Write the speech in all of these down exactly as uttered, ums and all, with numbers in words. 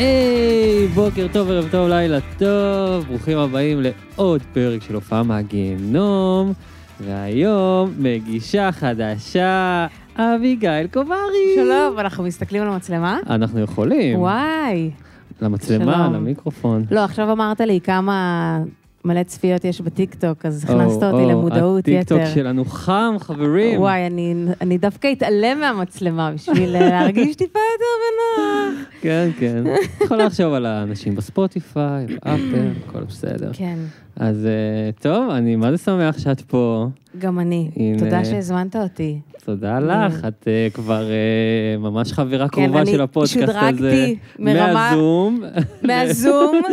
היי, בוקר טוב, ערב טוב, לילה טוב, ברוכים הבאים לעוד פרק של הופעה מהגיהנום, והיום מגישה חדשה, אביגיל קוברי. שלום, אנחנו מסתכלים על המצלמה? אנחנו יכולים. וואי. למצלמה, שלום. למיקרופון. לא, עכשיו אמרת לי כמה מלא צפיות יש בטיקטוק, אז הכנסת אותי למודעות יתר. הטיקטוק שלנו חם, חברים. וואי, אני, אני דווקא אתעלם מהמצלמה בשביל להרגיש טיפה יותר בנוח. כן, כן. יכולה לחשוב על האנשים בספוטיפיי, באפל, הכל בסדר. כן. אז טוב, אני מה זה שמח שאת פה. גם אני. הנה. תודה שהזמנת אותי. תודה לך, את uh, כבר uh, ממש חברה כן, קרובה של הפודקאסט הזה. שודרגתי מרמה, מהזום. מהזום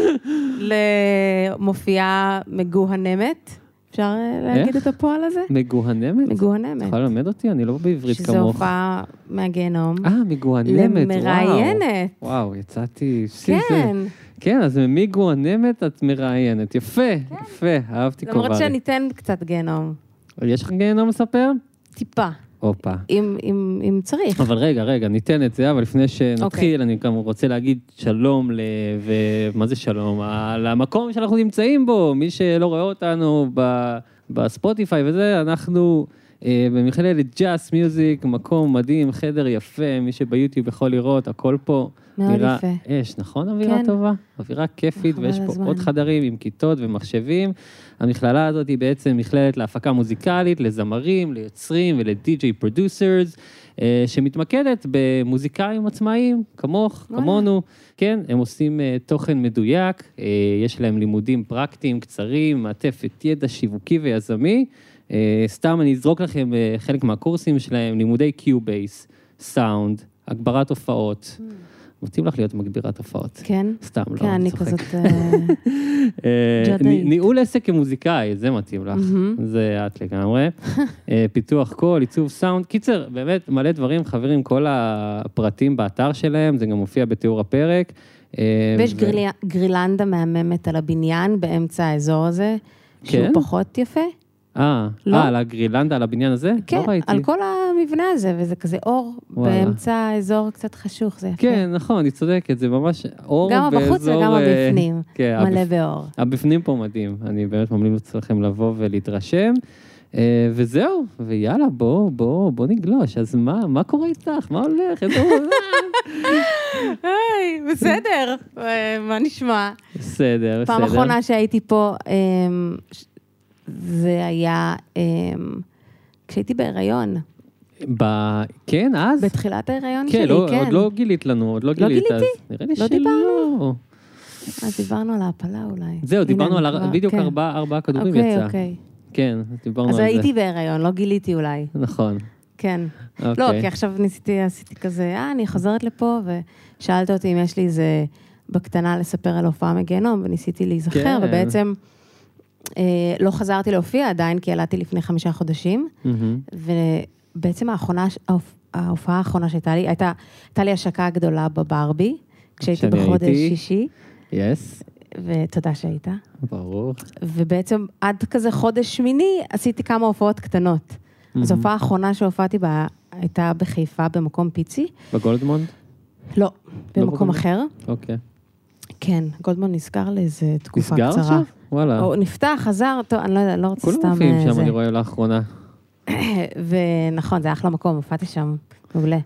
למופיעה מגוהנמת. אפשר להגיד את הפועל הזה? מגוהנמת? מגוהנמת. את יכולה ללמד אותי? אני לא בעברית כמוך. שזו הופעה מהגיהנום. אה, מגוהנמת, וואו. למראיינת. וואו, יצאתי. כן. כן, אז מגוהנמת את מראיינת. יפה, יפה, אהבתי קוברי. למרות שניתן קצת גיהנום. יש לך גיהנום לספר? טיפה. אופה. אם, אם, אם צריך. אבל רגע, רגע, ניתן את זה, אבל לפני שנתחיל, Okay. אני גם רוצה להגיד שלום ל... ומה זה שלום? למקום שאנחנו נמצאים בו, מי שלא רואה אותנו ב... בספוטיפיי וזה, אנחנו אה, במכללת ג'אס מיוזיק, מקום מדהים, חדר יפה, מי שביוטיוב יכול לראות, הכל פה. מאוד נראה יפה. אש, נכון? אווירה כן. טובה? אווירה כיפית, ויש פה הזמן. עוד חדרים עם כיתות ומחשבים. המכללה הזאת היא בעצם מכללת להפקה מוזיקלית, לזמרים, ליוצרים ולדי-ג'יי פרודוסרס, שמתמקדת במוזיקאים עצמאיים, כמוך, וואלה. כמונו. כן, הם עושים תוכן מדויק, יש להם לימודים פרקטיים, קצרים, מעטפת ידע שיווקי ויזמי. סתם אני אזרוק לכם חלק מהקורסים שלהם, לימודי קיובייס, סאונד, הגברת הופעות. מתאים לך להיות מגבירת הופעות. כן? סתם, לא, כן, אני צוחק. כזאת אה, ג'ודאית. ניהול עסק כמוזיקאי, זה מתאים לך. זה את לגמרי. אה, פיתוח קול, עיצוב סאונד. קיצר, באמת מלא דברים, חברים, כל הפרטים באתר שלהם, זה גם מופיע בתיאור הפרק. אה, ויש ו- גריל- גרילנדה מהממת על הבניין באמצע האזור הזה, שהוא כן? פחות יפה. אה, לא. אה, על הגרילנדה, על הבניין הזה? כן, לא ראיתי. על כל המבנה הזה, וזה כזה אור וואלה. באמצע האזור קצת חשוך, זה יפה. כן, נכון, היא צודקת, זה ממש אור גם באזור... הבחוץ וגם אה, הבפנים, כן, מלא הבפ- באור. הבפנים פה מדהים, אני באמת ממליץ לכם לבוא ולהתרשם, אה, וזהו, ויאללה, בוא, בוא, בוא נגלוש, אז מה, מה קורה איתך? מה הולך? איזה עולם? היי, בסדר, מה נשמע? בסדר, בסדר. פעם אחרונה שהייתי פה, אמ, זה היה אמ, כשהייתי בהיריון, ב... כן, אז? בתחילת ההיריון כן, שלי, לא, כן. עוד לא גילית לנו, עוד לא גילית. גיליתי? אז נראה לי לא שלא. דיברנו? אז דיברנו על ההפלה אולי. זהו, הנה, דיברנו אני על כבר- הר- בדיוק כן. ארבעה ארבעה כדורים אוקיי, יצא. אוקיי. כן, דיברנו אז על זה. הייתי בהיריון, לא גיליתי אולי. נכון. כן. אוקיי. לא, כי עכשיו ניסיתי, עשיתי כזה, אה, אני חוזרת לפה, ושאלת אותי אם יש לי איזה בקטנה לספר על הופעה מגיהנום, וניסיתי להיזכר, כן. ובעצם אה, לא חזרתי להופיע עדיין, כי ילדתי לפני חמישה חודשים, מהמם. ובעצם האחרונה, ההופ- ההופעה האחרונה שהייתה לי, הייתה, הייתה לי השקה גדולה בברבי, כשהייתי שאני בחודש הייתי. שישי, יס, ותודה שהיית. ברור. ובעצם עד כזה חודש שמיני, עשיתי כמה הופעות קטנות. אז ההופעה האחרונה שהופעתי בה, הייתה בחיפה במקום פיצי. בגולדמונד? לא, במקום בגולדמונד? אחר. אוקיי. כן, גולדמן נסגר לאיזה תקופה נסגר קצרה. עכשיו? וואלה. או נפתח, חזר, טוב, אני לא יודעת, לא רוצה כולם סתם מופיעים שם, זה. אני רואה לאחרונה. ונכון, זה אחלה מקום, הופעתי שם, מעולה.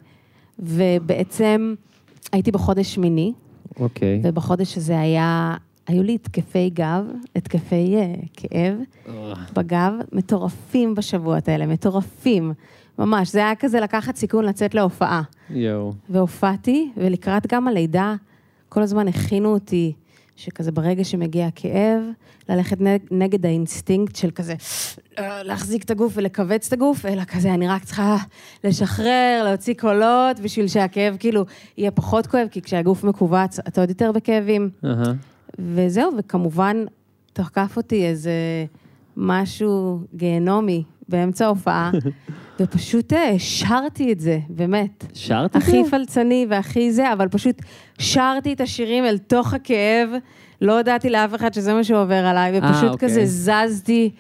ובעצם הייתי בחודש שמיני, אוקיי. ובחודש הזה היה, היו לי התקפי גב, התקפי אה, כאב בגב, מטורפים בשבועות האלה, מטורפים. ממש, זה היה כזה לקחת סיכון לצאת להופעה. יואו. והופעתי, ולקראת גם הלידה, כל הזמן הכינו אותי, שכזה ברגע שמגיע הכאב, ללכת נגד האינסטינקט של כזה, להחזיק את הגוף ולכווץ את הגוף, אלא כזה, אני רק צריכה לשחרר, להוציא קולות, בשביל שהכאב כאילו יהיה פחות כואב, כי כשהגוף מקובץ, אתה עוד יותר בכאבים. אהה. וזהו, וכמובן, תחקף אותי איזה משהו גיהנומי באמצע ההופעה, ופשוט שרתי את זה, באמת. שרת את זה? הכי פלצני והכי זה, אבל פשוט שרתי את השירים אל תוך הכאב, לא הודעתי לאף אחד שזה מה שעובר עליי, ופשוט אוקיי. כזה זזתי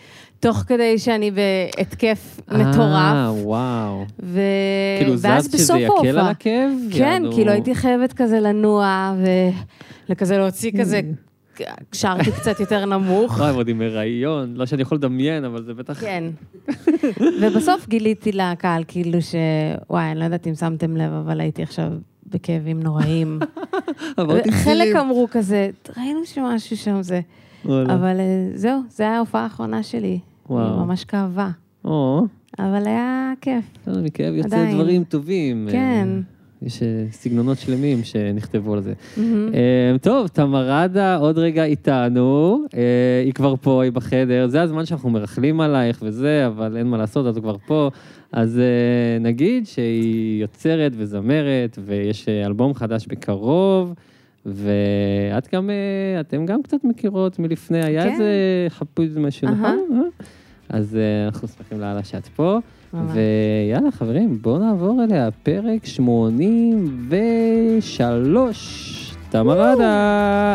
תוך כדי שאני בהתקף מטורף. אה, וואו. ו... כאילו ואז זז שזה בסוף יקל על ההופעה. הכאב? כן, יענו- כאילו הייתי חייבת כזה לנוע, ולכזה להוציא כזה, שרתי קצת יותר נמוך. וואי, ועוד עם הריון, לא שאני יכול לדמיין, אבל זה בטח... כן. ובסוף גיליתי לקהל, כאילו ש... וואי, אני לא יודעת אם שמתם לב, אבל הייתי עכשיו בכאבים נוראים. עברתי חלק צירים. אמרו כזה, ראינו שמשהו שם זה. וואלה. אבל אה, זהו, זו הייתה ההופעה האחרונה שלי. וואו. היא ממש כאבה. או, אבל היה כיף. מכאב יוצא עדיין. דברים טובים. כן. אה, יש אה, סגנונות שלמים שנכתבו על זה. מהמם. אה, טוב, תמרדה עוד רגע איתנו, אה, היא כבר פה, היא בחדר, זה הזמן שאנחנו מרכלים עלייך וזה, אבל אין מה לעשות, את כבר פה. אז אה, נגיד שהיא יוצרת וזמרת, ויש אה, אלבום חדש בקרוב, ואת גם, אה, אתם גם קצת מכירות מלפני, היה כן. איזה חפוז משהו, אהה. נכון? אה? אז אה, אנחנו שמחים לאללה שאת פה. ממש. ויאללה, חברים, בואו נעבור אליה, פרק שמונים ושלוש, תמרדה.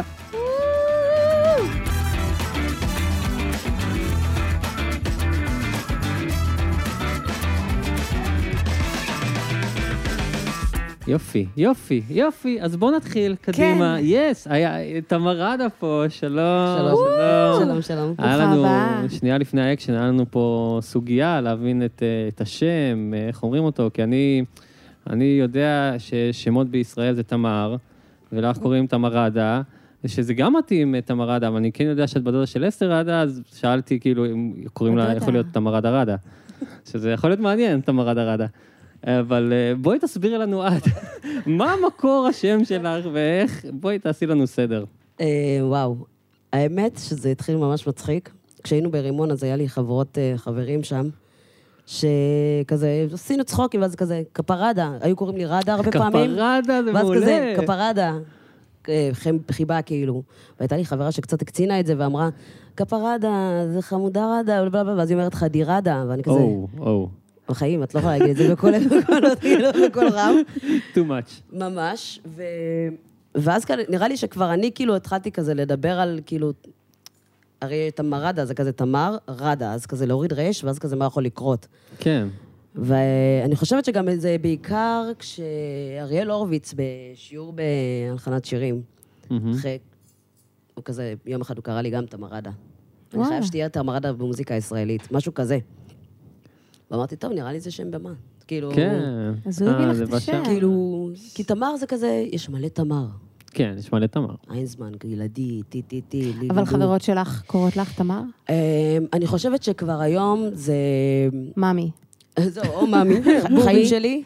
יופי, יופי, יופי, אז בואו נתחיל, קדימה. יס, היה תמרדה פה, שלום. שלום. שלום. שלום, שלום. היה ברוכה לנו, הבאה. שנייה לפני האקשן, היה לנו פה סוגיה להבין את, אה, את השם, אה, איך אומרים אותו, כי אני, אני יודע ששמות בישראל זה תמר, ולך קוראים תמרדה, שזה גם מתאים אה, תמרדה, אבל אני כן יודע שאת בדודה של אסתר רדה, אז שאלתי כאילו אם קוראים לה, בדודה. יכול להיות תמרדה רדה, שזה יכול להיות מעניין, תמרדה רדה. אבל אה, בואי תסבירי לנו את, מה מקור השם שלך ואיך, בואי תעשי לנו סדר. אה, וואו, האמת שזה התחיל ממש מצחיק. כשהיינו ברימון, אז היה לי חברות, אה, חברים שם, שכזה, עשינו צחוקים, ואז כזה, כפרדה, היו קוראים לי רדה הרבה פעמים. כפרדה זה ואז מעולה. כזה, כפרדה, אה, חם- חיבה כאילו. והייתה לי חברה שקצת הקצינה את זה, ואמרה, כפרדה, זה חמודה רדה, בלה, בלה, בלה, ואז היא אומרת, חדירדה, ואני כזה, או, או, בחיים, את לא יכולה להגיד את זה בקול, בקול, כאילו, בקול רם. too much. ממש, ו... ואז כאן, נראה לי שכבר אני כאילו התחלתי כזה לדבר על כאילו, הרי תמרדה זה כזה תמר, רדה, אז כזה להוריד רש, ואז כזה מה יכול לקרות. כן. ואני חושבת שגם זה בעיקר כשאריאל הורוביץ בשיעור בהלחנת שירים, מהמם. אחרי, הוא כזה, יום אחד הוא קרא לי גם תמרדה. אני וואלה. חייב שתהיה תמרדה במוזיקה הישראלית, משהו כזה. ואמרתי, טוב, נראה לי זה שם במה. כאילו, כן. אז הוא הביא אה, לך זה את בשם. השם. כאילו, כי תמר זה כזה, יש מלא תמר. כן, יש מלא תמר. איינזמן, גלעדי, טי טי טי, לי אבל לי, חברות שלך קוראות לך תמר? אמ, אני חושבת שכבר היום זה... ממי. זהו, או מאמי, חיים שלי.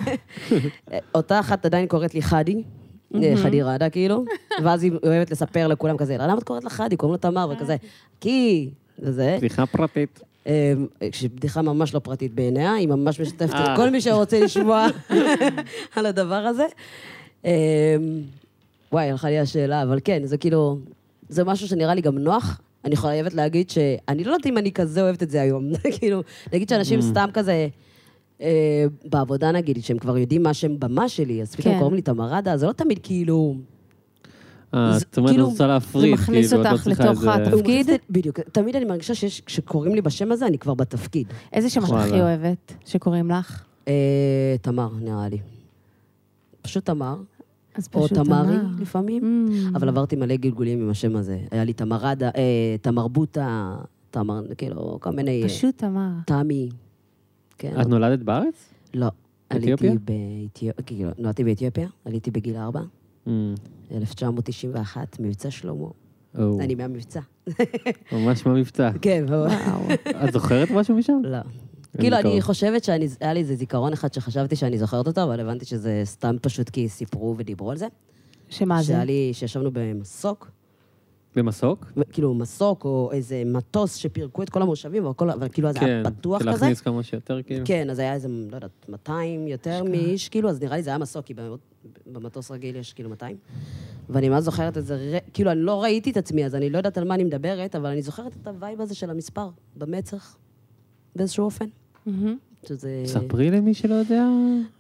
אותה אחת עדיין קוראת לי חדי, חדי רדה כאילו, ואז היא אוהבת לספר לכולם כזה, למה את קוראת לה חדי? קוראים לה תמר וכזה, כי... וזה. בדיחה פרטית. אמ, שבדיחה ממש לא פרטית בעיניה, היא ממש משתפת אה. את כל מי שרוצה לשמוע על הדבר הזה. אמ, וואי, הלכה לי השאלה, אבל כן, זה כאילו, זה משהו שנראה לי גם נוח. אני חייבת להגיד שאני לא יודעת אם אני כזה אוהבת את זה היום. כאילו, נגיד שאנשים סתם כזה, אה, בעבודה נגיד, שהם כבר יודעים מה שם במה שלי, אז פתאום כן. קוראים לי תמרדה, זה לא תמיד כאילו... אה, זה זאת אומרת, כאילו- את רוצה להפריד, זה מכניס כאילו, את לא אותך צריכה לתוך איזה- התפקיד. הוא מכניס את- בדיוק, תמיד אני מרגישה שיש, כשקוראים לי בשם הזה, אני כבר בתפקיד. איזה שם את וואלה. הכי אוהבת שקוראים לך? אה, תמר, נראה לי. פשוט תמר, אז או פשוט תמרי תמר. לפעמים, Mm. אבל עברתי מלא גלגולים עם השם הזה. היה לי תמרדה, אה, תמר בוטה, תמר, כאילו, כל מיני... אה, פשוט תמר. תמי. כן. את נולדת בארץ? לא. באתיופיה? עליתי באתיופיה, כאילו, נולדתי באתיופיה, עליתי בגיל ארבע, Mm, אלף תשע מאות תשעים ואחת, מבצע שלמה. או, אני מהמבצע. ממש במבצע. כן, וואו. את זוכרת משהו משם? לא. כאילו, לי אני קרוב. חושבת שהיה לי איזה זיכרון אחד שחשבתי שאני זוכרת אותו, אבל הבנתי שזה סתם פשוט כי סיפרו ודיברו על זה. שמה זה? שהיה לי, שישבנו במסוק, במסוק? כאילו מסוק או איזה מטוס שפירקו את כל המושבים, והכל- אבל כאילו זה כן, היה פתוח כזה. להכניס כמה שיותר, כאילו. כן, אז היה איזה, לא יודעת, מאתיים יותר מאיש, כאילו, אז נראה לי זה היה מסוק, כי במטוס רגיל יש כאילו מאתיים. ואני ממש זוכרת את זה, ר- כאילו, אני לא ראיתי את עצמי, אז אני לא יודעת על מה אני מדברת, אבל אני זוכרת את הווייב הזה של המספר, במצח, באיזשהו אופן. מהמם. שזה... ספרי למי שלא יודע.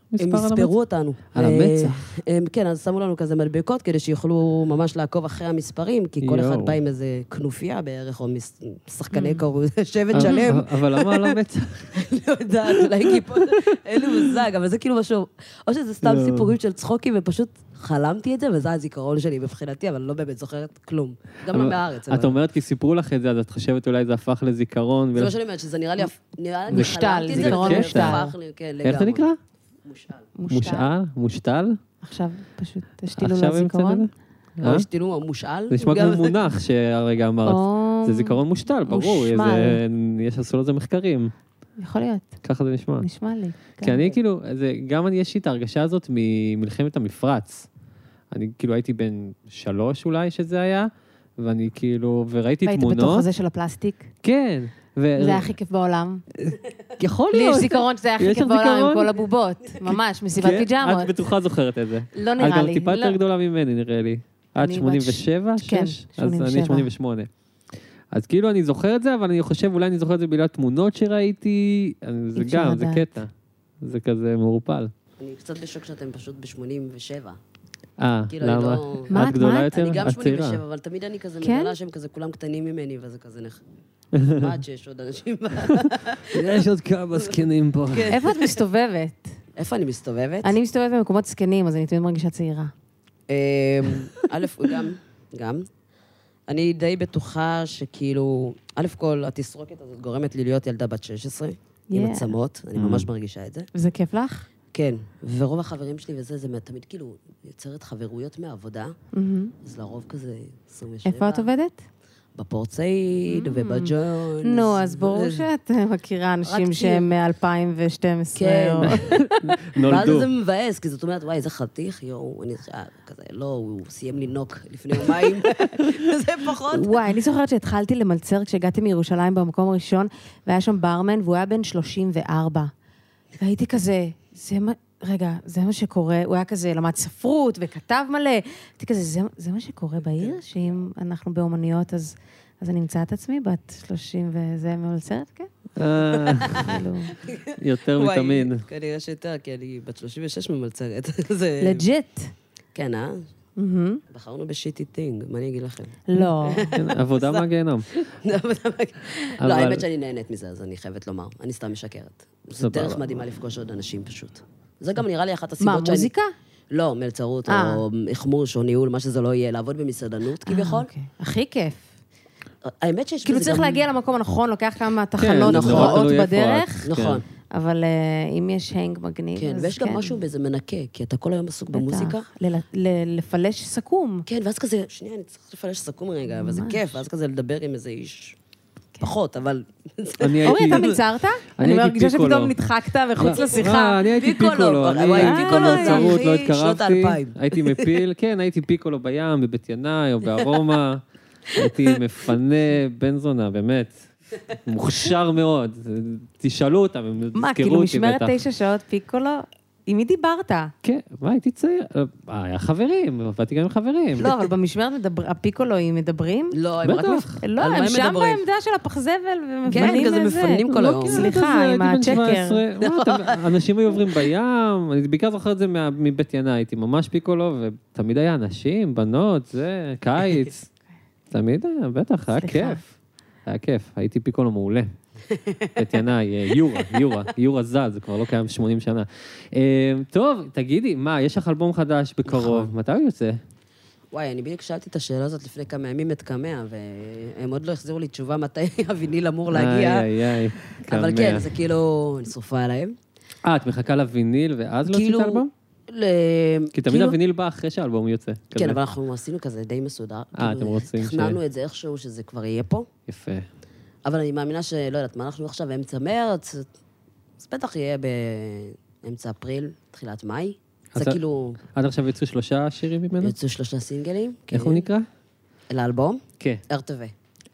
מספר הם על המצח? יספרו אותנו. על אה, המצח? הם, כן, אז שמו לנו כזה מדבקות כדי שיוכלו ממש לעקוב אחרי המספרים, כי כל יואו. אחד בא עם איזה כנופיה בערך, או מס- שחקני קור, שבט שלם. אבל למה על המצח? לא יודעת, אולי כיפות, אין לי מושג, אבל זה כאילו משהו, או שזה סתם לא. סיפורים של צחוקים, ופשוט חלמתי את זה, וזה הזיכרון שלי מבחינתי, אבל לא באמת זוכרת כלום. גם לא אבל מהארץ. את אבל- אומרת כי סיפרו לך את זה, אז את חושבת אולי זה הפך לזיכרון. זה ול- מה שאני אומרת, שזה נראה לי, נראה לי, מושתל, חלמתי את זה, זיכרון וזה מושתל. הפך לי, כן, לגמרי. איך זה נקרא? מושאל. מושאל? מושתל? עכשיו פשוט השתילו עכשיו לו המצאת את זיכרון. זה? או אה? יש תילום המושאל. זה נשמע גם- כמו מונח שהרגע אמרת. או זה זיכרון מושתל, ברור. מושמל. זה- יש עשו לזה מחקרים. יכול להיות, ככה זה נשמע. נשמע לי. כי אני כאילו, זה, גם אני, יש לי את ההרגשה הזאת ממלחמת המפרץ. אני כאילו הייתי בן שלוש אולי שזה היה, ואני כאילו, וראיתי היית בתוך תמונות. הזה של הפלסטיק? כן. ו... זה היה הכי כיף בעולם. יכול לי להיות. יש זיכרון שזה היה הכי יש כיף לך בעולם עם זיכרון? כל הבובות. ממש, מסיבת כן? פיג'מות. את בטוחה זוכרת את זה. לא את נראה גם לי. טיפה לא. יותר גדולה ממני, נראה לי. את אני בת שמונים ושבע? כן, שש? שמונים אז ושבע. אני שמונים ושמונה. אז כאילו אני זוכר את זה, אבל אני חושב, אולי אני זוכר את זה בגלל תמונות שראיתי. זה אפשר גם, זה לדעת. קטע. זה כזה מעורפל. אני קצת בשוק שאתם פשוט ב-שמונים ושבע. אה, כאילו, אני למה? לא- מה את את? גדולה מה את? יותר? אני גם את שמונים צעירה. ושבע, אבל תמיד אני כזה כן? מגלה שהם כזה כולם קטנים ממני, וזה כזה נח... נחמד שיש עוד אנשים. יש עוד כמה זקנים פה. איפה את מסתובבת? איפה אני מסתובבת? אני מסתובבת במקומות זקנים, אז אני תמיד מרגישה צעירה. אמ, א', גם, גם. אני די בטוחה שכאילו, א' כל, התסרוקת הזאת גורמת לי להיות ילדה בת שש עשרה, עם Yeah. עצמות, אני ממש מרגישה את זה. וזה כיף לך? כן, ורוב החברים שלי וזה, זה תמיד כאילו יוצרת חברויות מהעבודה, מהמם. אז לרוב כזה עשרים ושבע. איפה את עובדת? בפורצייד ובג'ונס. נו, אז ברור שאת מכירה אנשים רק שהם מ-אלפיים ושתים עשרה. כן. או- ואז נולדו. זה מבאס, כי זאת אומרת, וואי, איזה חתיך, יואו, אני חושבת, כזה, לא, הוא סיים לנוק לפני יומיים, זה פחות. וואי, אני זוכרת שהתחלתי למלצר כשהגעתי מירושלים במקום הראשון, והיה שם ברמן, והוא היה בן שלושים וארבע. והייתי כזה, זה מה, רגע, זה מה שקורה, הוא היה כזה, למד ספרות וכתב מלא. הייתי כזה, זה, זה מה שקורה בעיר, שאם אנחנו באומנויות, אז, אז אני אמצא את עצמי בת שלושים וזה ממלצרת, כן? אה, כאילו, יותר וואי, מתאמין. כנראה שיותר, כי אני בת שלושים ושש ממלצרת. זה... לג'יט. כן, אה? מהמם. בחרנו בשיטי טינג, מה אני אגיד לכם? לא. כן, עבודה מהגיהנום. לא, אבל- האמת שאני נהנית מזה, אז אני חייבת לומר. אני סתם משקרת. זו סבבה. דרך מדהימה לפגוש עוד אנשים פשוט. זה גם נראה לי אחת מה, הסיבות שאני... מוזיקה? לא, מלצרות, אה. או חמוש, או ניהול, מה שזה לא יהיה, לעבוד במסעדנות כביכול. אוקיי. הכי כיף. האמת שיש כאילו בזה צריך גם- להגיע למקום הנכון, לוקח כמה תחנות זה נורא גרועות תלוי איפה בדרך, את. נכון. אבל אה, אם יש הנג מגניב, כן, אז ויש גם משהו באיזה מנקה, כי אתה כל היום עסוק בטח. במוזיקה. ל- ל- לפלש סכו"ם. כן, ואז כזה, שנייה, אני צריך לפלש סכו"ם רגע, וזה ממש. כיף, ואז כזה לדבר עם איזה איש פחות, אבל... אני אורי, הייתי... אתה מלצרת? אני הייתי מרגישה פיקולו. שפתאום נדחקת מחוץ לא, לשיחה. אה, אני הייתי פיקולו. פיקולו. אני וואי, הייתי פיקולו זה במלצרות, לא הכי שנות התקרבתי. האלפיים. הייתי מפיל, כן, הייתי פיקולו בים, בבית ינאי או בארומה. הייתי מפנה בן זונה, באמת. מוכשר מאוד. תשאלו אותם, הם יזכרו אותי בטח. מה, כאילו משמרת תשע שעות פיקולו? עם מי דיברת? כן, מה, הייתי צעיר. אה, היה חברים, עבדתי גם עם חברים. לא, אבל במשמרת מדבר- הפיקולואים מדברים? לא, הם רק... בטח. לא, על מה הם הם שם מדברים? בעמדה של הפח זבל, ומפנים כן, כזה איזה- מפנים כל היום. לא, סליחה, כזה, עם הייתי בן הצ'קר. שבע עשרה. מה, אתם- אנשים היו עוברים בים, אני בעיקר זוכר את זה מה- מבית ינאי, הייתי ממש פיקולו, ותמיד היה אנשים, בנות, זה, קיץ. תמיד היה, בטח, היה סליחה. כיף. היה כיף, הייתי פיקולו מעולה. בית ינאי, אה, יורה, יורה, יורה ז"ל, זה כבר לא קיים שמונים שנה. אה, טוב, תגידי, מה, יש לך אלבום חדש בקרוב, מתי הוא יוצא? וואי, אני בדיוק שאלתי את השאלה הזאת לפני כמה ימים את קמע, והם עוד לא החזירו לי תשובה מתי הוויניל אמור להגיע. איי, איי, איי. אבל קמע. כן, זה כאילו, אני שרופה עליהם. אה, את מחכה לוויניל ואז להוציא את כאילו, האלבום? ל- כי תמיד כאילו- הוויניל בא אחרי שהאלבום יוצא. כן, כזה. אבל אנחנו עשינו כזה די מסודר. אה, כאילו, אתם רוצים ש- תכננו את זה איכשהו, שזה כבר יהיה פה. יפה. אבל אני מאמינה שלא יודעת, מה אנחנו עכשיו באמצע מרץ, אז בטח יהיה באמצע אפריל, תחילת מאי. אז זה ה- כאילו, עד עכשיו יצאו שלושה שירים ממנו? יצאו שלושה סינגלים. איך כן. הוא נקרא? לאלבום, כן. אר טי וי.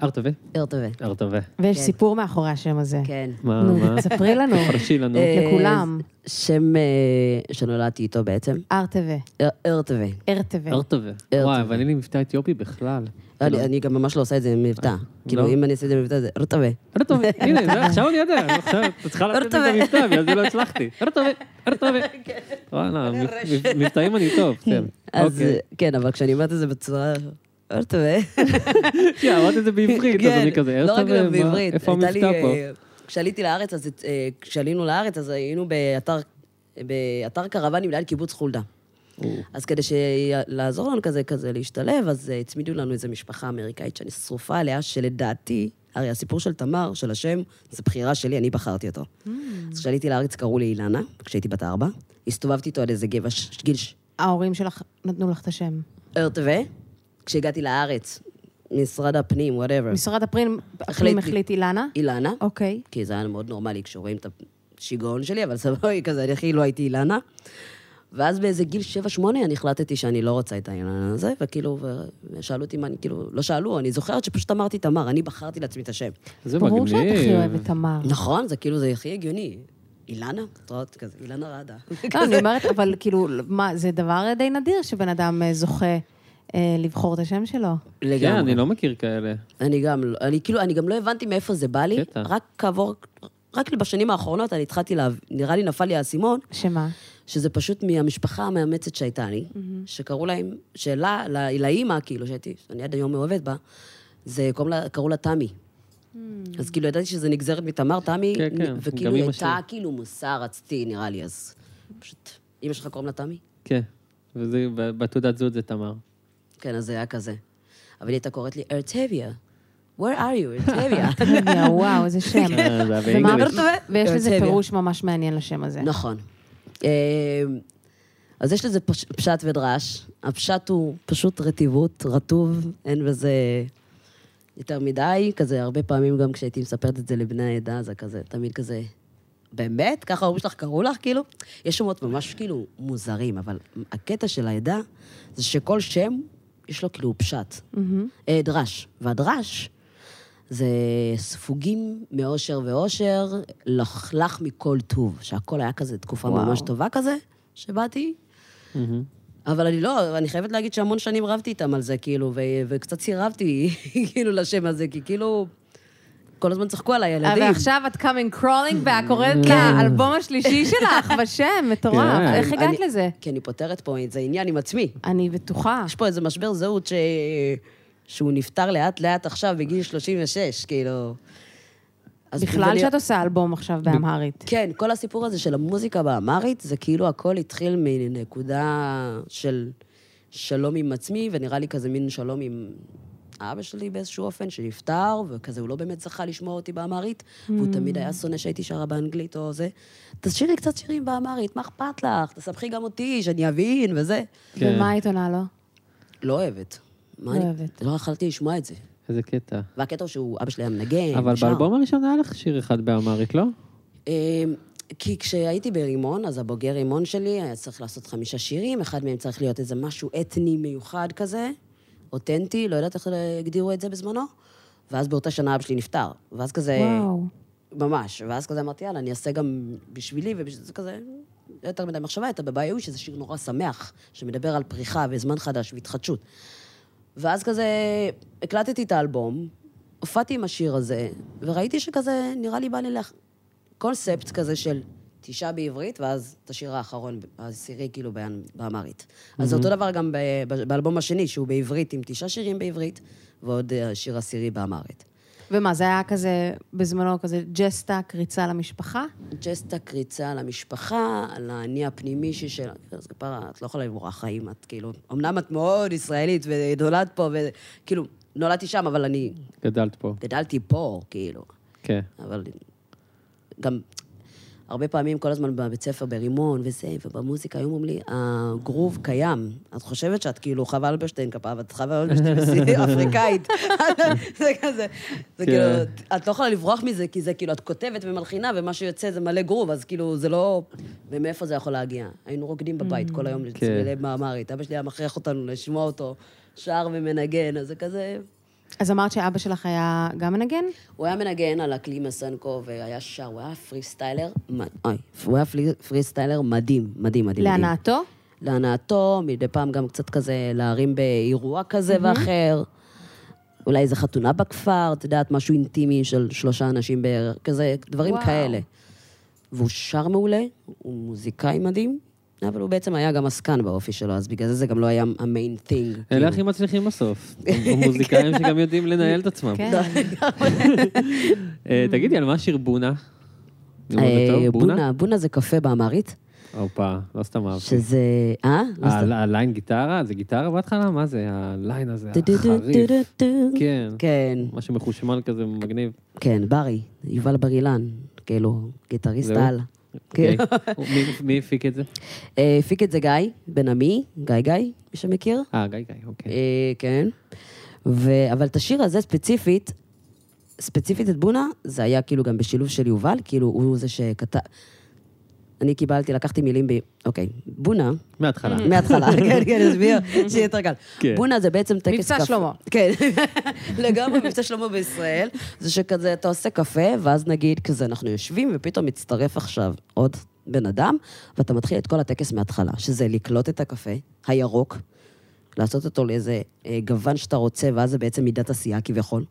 ארטווה. ארטווה. ארטווה. ויש כן. סיפור מאחורי השם הזה. כן. מה, נו, מה? תספרי לנו. פרשי לנו. אה, לכולם. שם אה, שנולדתי איתו בעצם. ארטווה. אר- ארטווה. ארטווה. ארטווה. ארטווה. וואי, אבל אין לי מבטא אתיופי בכלל. אני אני גם ממש לא עושה את זה עם מבטא. כאילו, לא? אם אני אעשה את זה עם מבטא, זה ארטווה. ארטווה, הנה, זה, עכשיו אני יודע, עכשיו את צריכה לתת לי את ארטווה. המבטא, בגלל זה לא הצלחתי. ארטווה, ארטווה. וואלה, מב- מבטאים אני טוב, כן. אז אוקיי. כן, אבל כשאני אומרת את זה בצורה... ארטווה. כן, אמרת את זה בעברית, אז אני כזה, לא רק ארטווה, גם מה- בעברית. איפה הייתה לי, המבטא פה? אה, כשעליתי לארץ, אז אה, כשעלינו לארץ, אז היינו באתר, באתר קרוונים ליד קיבוץ חולדה. אז כדי לעזור לנו כזה, כזה להשתלב, אז אה, הצמידו לנו איזו משפחה אמריקאית שאני שרופה עליה, שלדעתי, הרי הסיפור של תמר, של השם, זו בחירה שלי, אני בחרתי אותו. אז כשעליתי לארץ קראו לי אילנה, כשהייתי בת ארבע, הסתובבתי איתו עד איזה גבע, ש- גיל ש- ההורים שלך נתנו לך את השם. ארטווה, כשהגעתי לארץ, משרד הפנים, whatever, משרד הפנים החליט הפנים לי- החליט אילנה? אילנה, אוקיי. כי זה היה מאוד נורמלי כשרואים את השיגעון שלי, אבל סבבה, כזה, אני הכי לא הייתי אילנה. ואז באיזה גיל שבע שמונה אני החלטתי שאני לא רוצה את האילנה הזה, וכאילו, ושאלו אותי מה אני, כאילו, לא שאלו, אני זוכרת שפשוט אמרתי תמר, אני בחרתי לעצמי את השם. זה ברור שאת הכי מגניב. אוהבת תמר. נכון, זה כאילו, זה הכי הגיוני. אילנה? את רואה כזה, אילנה רעדה. לא, אני אומרת, אבל כאילו, מה, זה דבר די נדיר שבן אדם אה, זוכה אה, לבחור את השם שלו. כן, אני לא מכיר כאלה. אני גם, לא- אני כאילו, אני גם לא הבנתי מאיפה זה בא לי, קטע. רק כעבור, רק בשנים האחרונות אני התחלתי לה, נראה לי נפל לי האסימון, שמה? שזה פשוט מהמשפחה המאמצת שהייתה לי, שקראו להם, שלה, לה- לאימא, כאילו, שהייתי, שאני עד היום מאוהבת בה, זה, קוראים לה- קראו לה תמי. אז כאילו, ידעתי שזה נגזרת מתמר, תמי, כן, כן, וכאילו, גם היא אמא הייתה שלי. כאילו מוסר רצתי, נראה לי, אז פשוט, אמא שלך קוראים לה תמי? כן, וזה, בתעודת זהות זה תמר. כן, אז זה היה כזה. אבל היא הייתה קוראת לי, ארטביה, where are you, ארטביה? ארטביה, וואו, איזה שם. אה, זה היה ומה- באנגלית. ויש לזה ארטביה. פירוש ממש מעניין לשם הזה. נכון. אה, אז יש לזה פש- פשט ודרש. הפשט הוא פשוט רטיבות, רטוב, אין בזה יותר מדי. כזה, הרבה פעמים גם כשהייתי מספרת את זה לבני העדה, זה כזה, תמיד כזה, באמת? ככה ההורים שלך קראו לך, כאילו? יש שמות ממש כאילו מוזרים, אבל הקטע של העדה זה שכל שם, יש לו כאילו פשט. אה, דרש. והדרש זה ספוגים מאושר ואושר, לך, לך מכל טוב, שהכל היה כזה תקופה וואו. ממש טובה כזה, שבאתי. מהמם. אבל אני לא, אני חייבת להגיד שהמון שנים רבתי איתם על זה, כאילו, ו- וקצת סירבתי, כאילו, לשם הזה, כי כאילו, כל הזמן צחקו על הילדים. ועכשיו את coming crawling ואת קוראת לאלבום השלישי שלך בשם, מטורף. כן. איך הגעת אני- לזה? כי אני פותרת פה איזה עניין עם עצמי. אני בטוחה. יש פה איזה משבר זהות ש... שהוא נפטר לאט-לאט עכשיו בגיל שלושים ושש, כאילו... אז בכלל ואני- שאת עושה אלבום עכשיו באמהרית. כן, כל הסיפור הזה של המוזיקה באמרית, זה כאילו הכל התחיל מנקודה של שלום עם עצמי, ונראה לי כזה מין שלום עם אבא שלי באיזשהו אופן, שנפטר, וכזה הוא לא באמת זכה לשמוע אותי באמרית, והוא תמיד היה שונא שהייתי שרה באנגלית או זה. תשאירי קצת שירים באמרית, מה אכפת לך? תספחי גם אותי, שאני אבין, וזה. כן. ומה היית עונה לו? לא אוהבת. מה לא אני- אוהבת. לא יכלתי לשמוע את זה. איזה קטע. והקטע הוא שהוא, אבא שלי היה מנגן, אבל שר. באלבום הראשון היה לך שיר אחד באמרית, לא? אמ, כי כשהייתי ברימון, אז הבוגר רימון שלי היה צריך לעשות חמישה שירים, אחד מהם צריך להיות איזה משהו אתני מיוחד כזה, אותנטי, לא יודעת איך הגדירו את זה בזמנו, ואז באותה שנה אבא שלי נפטר, ואז כזה, וואו. ממש, ואז כזה אמרתי, יאללה, אני אעשה גם בשבילי, וזה כזה, יותר מדי מחשבה, הייתה בבעיה, שזה שיר נורא שמח, שמדבר על פריחה וזמן חדש והתחדשות. ואז כזה, הקלטתי את האלבום, הופעתי עם השיר הזה, וראיתי שכזה, נראה לי בא לי לך קונספט כזה של תשעה בעברית, ואז את השיר האחרון, העשירי כאילו באנ- באמרית. אז זה אותו דבר גם ב- ב- באלבום השני, שהוא בעברית עם תשעה שירים בעברית, ועוד אה, שיר עשירי באמרית. ומה, זה היה כזה, בזמנו כזה ג'סטה, קריצה למשפחה? ג'סטה קריצה על המשפחה, על האני הפנימי של... אז כפרה, את לא יכולה לברוח חיים, את כאילו... אמנם את מאוד ישראלית ונולדת פה, וכאילו, נולדתי שם, אבל אני גדלת פה. גדלתי פה, כאילו. כן. אבל גם הרבה פעמים, כל הזמן בבית ספר, ברימון וזה, ובמוזיקה, היו אומרים לי, הגרוב קיים. את חושבת שאת כאילו חווה אלברשטיין כפה, ואת חווה אלברשטיין אפריקאית. זה כזה. זה כאילו, את לא יכולה לברוח מזה, כי זה כאילו, את כותבת ומלחינה, ומה שיוצא זה מלא גרוב, אז כאילו, זה לא... ומאיפה זה יכול להגיע? היינו רוקדים בבית כל היום לצלילי מאמרית. אבא שלי היה מכריח אותנו לשמוע אותו שר ומנגן, אז זה כזה... אז אמרת שאבא שלך היה גם מנגן? הוא היה מנגן על הכלי מסנקו, והיה שר, הוא היה פרי סטיילר, אוי, הוא היה פרי סטיילר מדהים, מדהים, מדהים. להנאתו? להנאתו, מדי פעם גם קצת כזה להרים באירוע כזה ואחר. אולי איזו חתונה בכפר, את יודעת, משהו אינטימי של שלושה אנשים בערך, כזה, דברים כאלה. והוא שר מעולה, הוא מוזיקאי מדהים, אבל הוא בעצם היה גם עסקן באופי שלו, אז בגלל זה זה גם לא היה המיין טינג. אלה הכי מצליחים בסוף. המוזיקאים שגם יודעים לנהל את עצמם. תגידי, על מה שיר בונה? בונה, בונה זה קפה באמרית. אופה, לא סתם אהבתי. שזה, אה? הליין גיטרה? זה גיטרה בהתחלה? מה זה? הליין הזה, החריף. כן. כן. משהו מחושמל כזה מגניב. כן, ברי, יובל בר אילן, כאילו, גיטריסט על. מי הפיק את זה? הפיק את זה גיא, בן עמי, גיא גיא, מי שמכיר. אה, גיא גיא, אוקיי. כן. אבל את השיר הזה ספציפית, ספציפית את בונה, זה היה כאילו גם בשילוב של יובל, כאילו הוא זה שכתב... אני קיבלתי, לקחתי מילים ב... אוקיי, בונה... מההתחלה. מההתחלה, כן, כן, נסביר, שיהיה יותר קל. בונה זה בעצם טקס קפה. מבצע שלמה. כן, לגמרי מבצע שלמה בישראל, זה שכזה, אתה עושה קפה, ואז נגיד כזה, אנחנו יושבים, ופתאום מצטרף עכשיו עוד בן אדם, ואתה מתחיל את כל הטקס מההתחלה, שזה לקלוט את הקפה, הירוק, לעשות אותו לאיזה גוון שאתה רוצה, ואז זה בעצם מידת עשייה כביכול.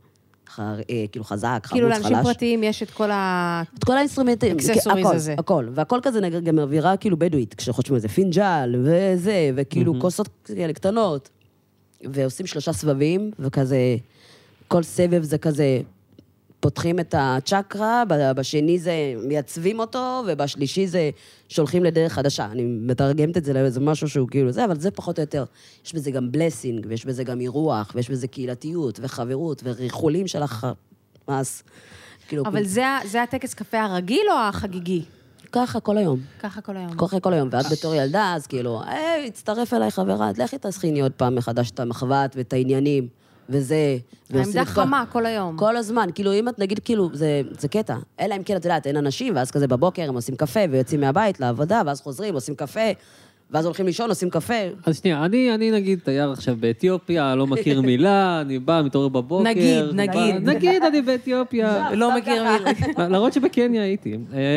כאילו חזק, חמוץ, חלש. כאילו לאנשים פרטיים יש את כל ה... את כל האינסטרומנטים. אקססוריז הזה. הכל, והכל כזה גם אווירה כאילו בדואית, כשחושבים איזה פינג'ל וזה, וכאילו כוסות כאלה קטנות, ועושים שלושה סבבים, וכזה, כל סבב זה כזה, פותחים את הצ'קרה, בשני זה מייצבים אותו, ובשלישי זה שולחים לדרך חדשה. אני מתרגמת את זה לאיזה משהו שהוא כאילו זה, אבל זה פחות או יותר. יש בזה גם בלסינג, ויש בזה גם אירוח, ויש בזה קהילתיות, וחברות, וריחולים של החמאס. אבל זה הטקס קפה הרגיל או החגיגי? ככה כל היום. ככה כל היום. ככה כל היום, ואת בתור ילדה, אז כאילו, היי, הצטרף אליי חברה, לכי תסחיני עוד פעם מחדש את המחוות ואת העניינים. וזה... העמדה חמה כל היום. כל הזמן, כאילו, אם את נגיד, כאילו, זה, זה קטע. אלא אם כן, את יודעת, אין אנשים, ואז כזה בבוקר הם עושים קפה, ויוצאים מהבית לעבודה, ואז חוזרים, עושים קפה, ואז הולכים לישון, עושים קפה. אז שנייה, אני, אני נגיד תייר עכשיו באתיופיה, לא מכיר מילה, אני בא, מתעורר בבוקר. נגיד, נגיד. נגיד, אני באתיופיה. לא מכיר מילה. למרות שבקניה הייתי.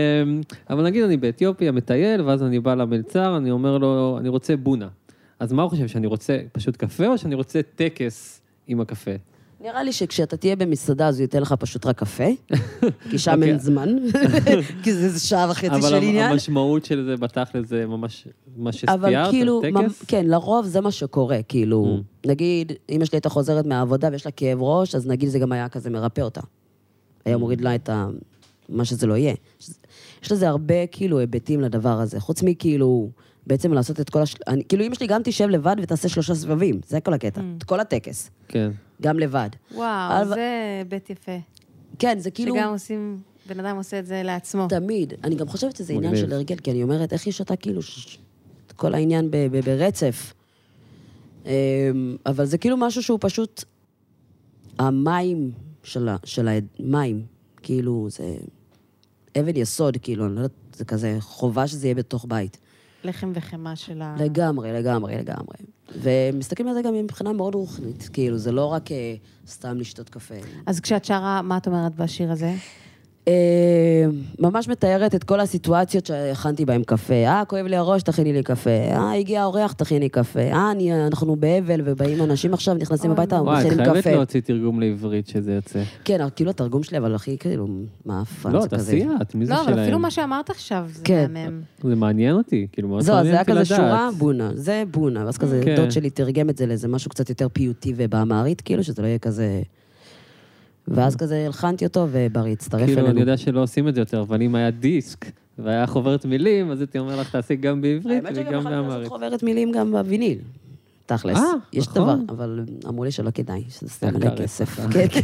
אבל נגיד, אני באתיופיה, מטייל, ואז אני בא למלצר, אני אומר לו, אני רוצה בונה. אז מה הוא חושב, שאני רוצה פשוט קפה, או שאני רוצה טקס עם הקפה? נראה לי שכשאתה תהיה במסעדה, אז הוא ייתן לך פשוט רק קפה, כי שם אין זמן, כי זה שעה וחצי של עניין. אבל המשמעות של זה בתכל'ס זה ממש מה שספיירת, טקס? כן, לרוב זה מה שקורה, כאילו, נגיד, אם יש לי הייתה חוזרת מהעבודה ויש לה כאב ראש, אז נגיד זה גם היה כזה מרפא אותה. היה מוריד לה את מה שזה לא יהיה. יש לזה הרבה, כאילו, היבטים לדבר הזה, חוץ מכאילו... בעצם לעשות את כל הש... אני, כאילו, אמא שלי גם תשב לבד ותעשה שלושה סבבים, זה כל הקטע, את כל הטקס. כן. גם לבד. וואו, אבל... זה בית יפה. כן, זה כאילו... שגם עושים, בן אדם עושה את זה לעצמו. תמיד. אני גם חושבת שזה עניין של הרגל, כי אני אומרת, איך יש אותה כאילו, ש... כל העניין ב- ב- ברצף. אבל זה כאילו משהו שהוא פשוט, המים של, ה... של המים, כאילו, זה אבן יסוד, כאילו, אני לא יודעת, זה כזה חובה שזה יהיה בתוך בית. לחם וחמה של ה... לגמרי, לגמרי, לגמרי. ומסתכלים על זה גם מבחינה מאוד רוחנית, כאילו, זה לא רק סתם לשתות קפה. אז כשאת שרה, מה את אומרת בשיר הזה? ממש מתארת את כל הסיטואציות שהכנתי בהם קפה. אה, כואב לי הראש, תכיני לי קפה. אה, הגיע האורח, תכיני קפה. אה, אנחנו באבל, ובאים אנשים עכשיו, נכנסים הביתה, מכינים קפה. וואי, את חייבת להוציא תרגום לעברית שזה יוצא. כן, כאילו התרגום שלי, אבל הכי כאילו, מה הפאנס כזה. לא, תעשיית, מי זה שלהם? לא, אבל אפילו מה שאמרת עכשיו, זה מהמם. זה מעניין אותי, כאילו, מאוד מעניין אותי לדעת. זה היה כזה שורה, בונה, זה בונה. ואז כזה, דוד שלי תרגם את זה לאיזה משהו קצת יותר פיוטי ובאמרית, כאילו, שזה לא יהיה כזה... ואז כזה הלחנתי אותו, וברי הצטרף אלינו. כאילו, אני יודע שלא עושים את זה יותר, אבל אם היה דיסק, והיה חוברת מילים, אז הייתי אומר לך, תעשי גם בעברית וגם באמרית. האמת שגם יכולתי לעשות חוברת מילים גם בוויניל. תכלס. יש דבר, אבל אמרו לי שלא כדאי, שזה סתם עלי כסף.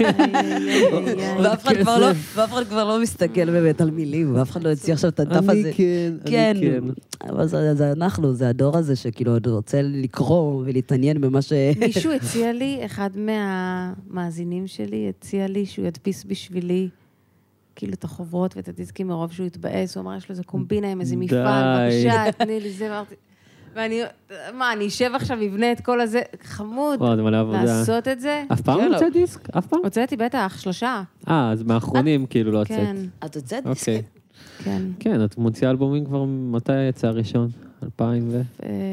ואף אחד כבר לא מסתכל באמת על מילים, ואף אחד לא יוציא עכשיו את הדף הזה. אני כן, אני כן. אבל זה אנחנו, זה הדור הזה שכאילו עוד רוצה לקרוא ולהתעניין במה ש... מישהו הציע לי, אחד מהמאזינים שלי הציע לי שהוא ידפיס בשבילי כאילו את החוברות ואת הדיסקים מרוב שהוא התבאס, הוא אמר, יש לו איזה קומבינה עם איזה מפעל, בבקשה, תני לי זה, אמרתי... ואני, מה, אני אשב עכשיו, אבנה את כל הזה, חמוד, וואו, זה מלא עבודה. לעשות את זה. אף פעם לא הוצאת דיסק? אף פעם? הוצאתי בטח, שלושה. אה, אז מהאחרונים כאילו לא הוצאת. כן, את הוצאת אוקיי. דיסק? כן. כן, את מוציאה אלבומים כבר, מתי יצא הראשון? אלפיים ו...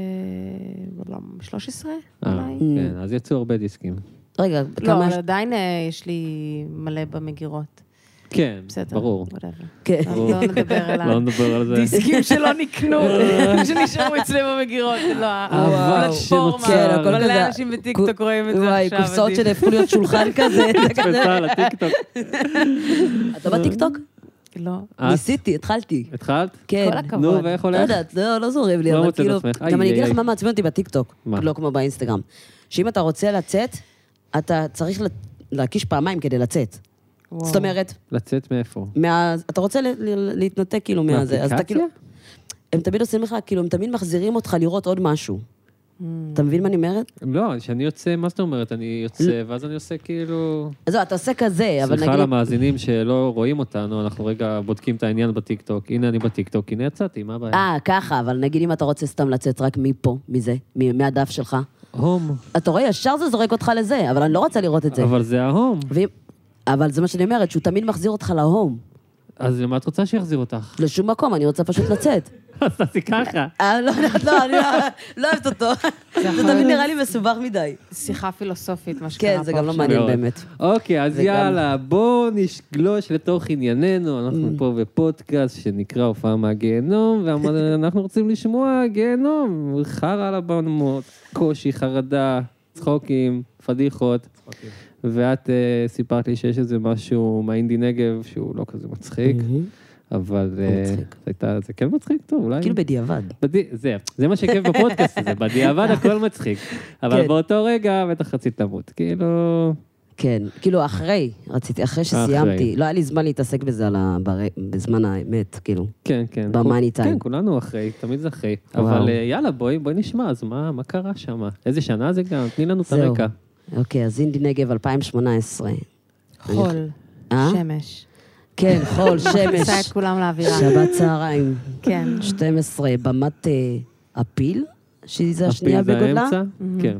אה, שלוש עשרה אה, אולי? כן, אז יצאו הרבה דיסקים. רגע, לא, כמה... אבל עדיין אה, יש לי מלא במגירות. כן, בסדר. ברור. whatever. כן. לא לא נדבר על לא נדבר על זה. הדיסקים שלא נקנו, שנשארו אצלי במגירות. לא, אבק הפלטפורמה. שמוצר. כן, הכל מלא כזה- אנשים בטיקטוק רואים את זה וואי, עכשיו. קופסאות עדיף. שנהפכו להיות שולחן כזה. נתפסה על הטיקטוק. אתה בטיקטוק? לא. את? ניסיתי, התחלתי. התחלת? כן. כל הכבוד. נו, ואיך לא הולך? יודעת, לא לא זורם לי, לא אבל מוצאת כאילו... עצמך. גם איי, אני אגיד איי, לך איי. מה מעצבן אותי בטיקטוק, מה? לא כמו באינסטגרם. שאם אתה רוצה לצאת, אתה צריך להקיש פעמיים כדי לצאת. וואו. זאת אומרת, לצאת מאיפה? מה- אתה רוצה ל- ל- להתנתק כאילו מהזה, אז אתה כאילו... הם תמיד עושים לך, כאילו, הם תמיד מחזירים אותך לראות עוד משהו. אתה מבין מה אני אומרת? לא, כשאני יוצא, מה זאת אומרת? אני יוצא, ואז אני עושה כאילו... אז זהו, אתה עושה כזה, אבל סליחה נגיד... למאזינים שלא רואים אותנו, אנחנו רגע בודקים את העניין בטיקטוק. הנה אני בטיקטוק, הנה יצאתי, מה הבעיה? אה, ככה, אבל נגיד אם אתה רוצה סתם לצאת רק מפה, מזה, מ- מהדף שלך, הום. אתה רואה, ישר זה זורק אותך לזה, אבל אני לא רוצה לראות את זה. אבל זה ההום. ואם- אבל זה מה שאני אומרת, שהוא תמיד מחזיר אותך להום. אז למה את רוצה שיחזיר אותך? לשום מקום, אני רוצה פשוט לצאת. אז תעשי ככה. אה, לא, לא, לא, אני לא- לא אוהבת אותו. זה תמיד נראה לי מסובך מדי. שיחה פילוסופית, מה שקרה כן, פה זה גם לא עכשיו. מעניין מאוד. באמת. אוקיי, אז זה גם- יאללה, בואו נגלוש לתוך ענייננו. אנחנו Mm. פה בפודקאסט שנקרא הופעה מהגיהנום, ואנחנו רוצים לשמוע גיהנום, חרא על הבמות, קושי, חרדה, צחוקים, פדיחות. ואת אה, סיפרת לי שיש איזה משהו מהאינדי נגב שהוא לא כזה מצחיק, אבל אה, מצחיק. זה הייתה- זה כן מצחיק, טוב, אולי... כאילו בדיעבד. בדי... זה, זה מה שכיף בפודקאסט הזה, בדיעבד הכל מצחיק. אבל כן. באותו רגע בטח רצית למות, כאילו... כן, כאילו אחרי, רציתי, אחרי שסיימתי, אחרי. לא היה לי זמן להתעסק בזה על ה- בר- בזמן האמת, כאילו. כן, כן. במאני טיים. כן, כולנו אחרי, תמיד זה אחרי. וואו. אבל אה, יאללה, בואי, בואי נשמע, אז מה, מה קרה שם? איזה שנה זה גם? תני לנו את זהו. הרקע. אוקיי, אז אינדי נגב אלפיים שמונה עשרה. חול, אה? שמש. כן, חול, מכניסה שמש, את כולם לאווירה. שבת צהריים, כן. שתים עשרה, במת אה, הפיל, שזה השנייה הפיל זה בגודלה. האמצע? כן.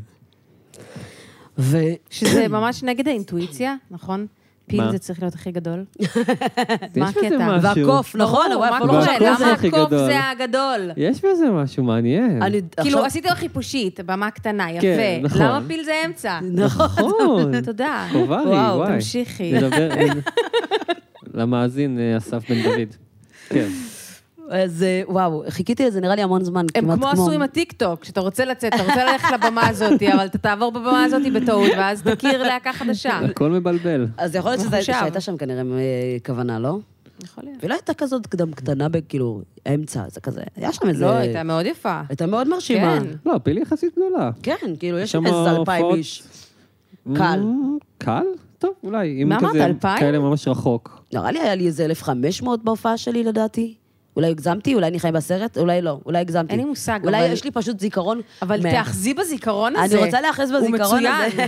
ו... שזה ממש נגד האינטואיציה, נכון? פיל מה? זה צריך להיות הכי גדול. יש מה בזה הקטע? משהו. והקוף, נכון, ברור, הוא היה מה פה לא קורה? והקוף חושב. זה למה הכי הקוף גדול. זה הגדול? יש בזה משהו מעניין. אני כאילו, עכשיו... עשיתי לו חיפושית, במה קטנה, יפה. כן, נכון. למה פיל זה אמצע? נכון. תודה. קוברי, וואו, וואי. תמשיכי. נדבר... למאזין אה, אסף בן דוד. כן. אז אה, וואו, חיכיתי לזה נראה לי המון זמן, הם כמעט כמו עשו עם הטיקטוק, שאתה רוצה לצאת, אתה רוצה ללכת לבמה הזאת, אבל אתה תעבור בבמה הזאת בטעות, ואז תכיר להקה חדשה. הכל מבלבל. אז יכול להיות שזה- מחושב. שהייתה שם כנראה אה, כוונה, לא? יכול להיות. ולא הייתה כזאת קדם קטנה, כאילו, אמצע, זה כזה, היה שם איזה... לא, הייתה מאוד יפה. הייתה מאוד מרשימה. כן. לא, פיל יחסית גדולה. כן, כאילו, יש שם שם איזה אלפיים הופעות- איש. קל. קל? טוב, אולי. אם מה אמרת, כזה, אלפיים? כאלה ממש רחוק. נראה לי היה לי איזה אלף וחמש מאות בהופעה שלי, לדעתי. אולי הגזמתי, אולי אני חי בסרט, אולי לא, אולי הגזמתי. אין לי מושג, אולי אבל- יש לי פשוט זיכרון. אבל מה- תאחזי בזיכרון אני הזה. רוצה להאחז הוא בזיכרון הזה. מצוין.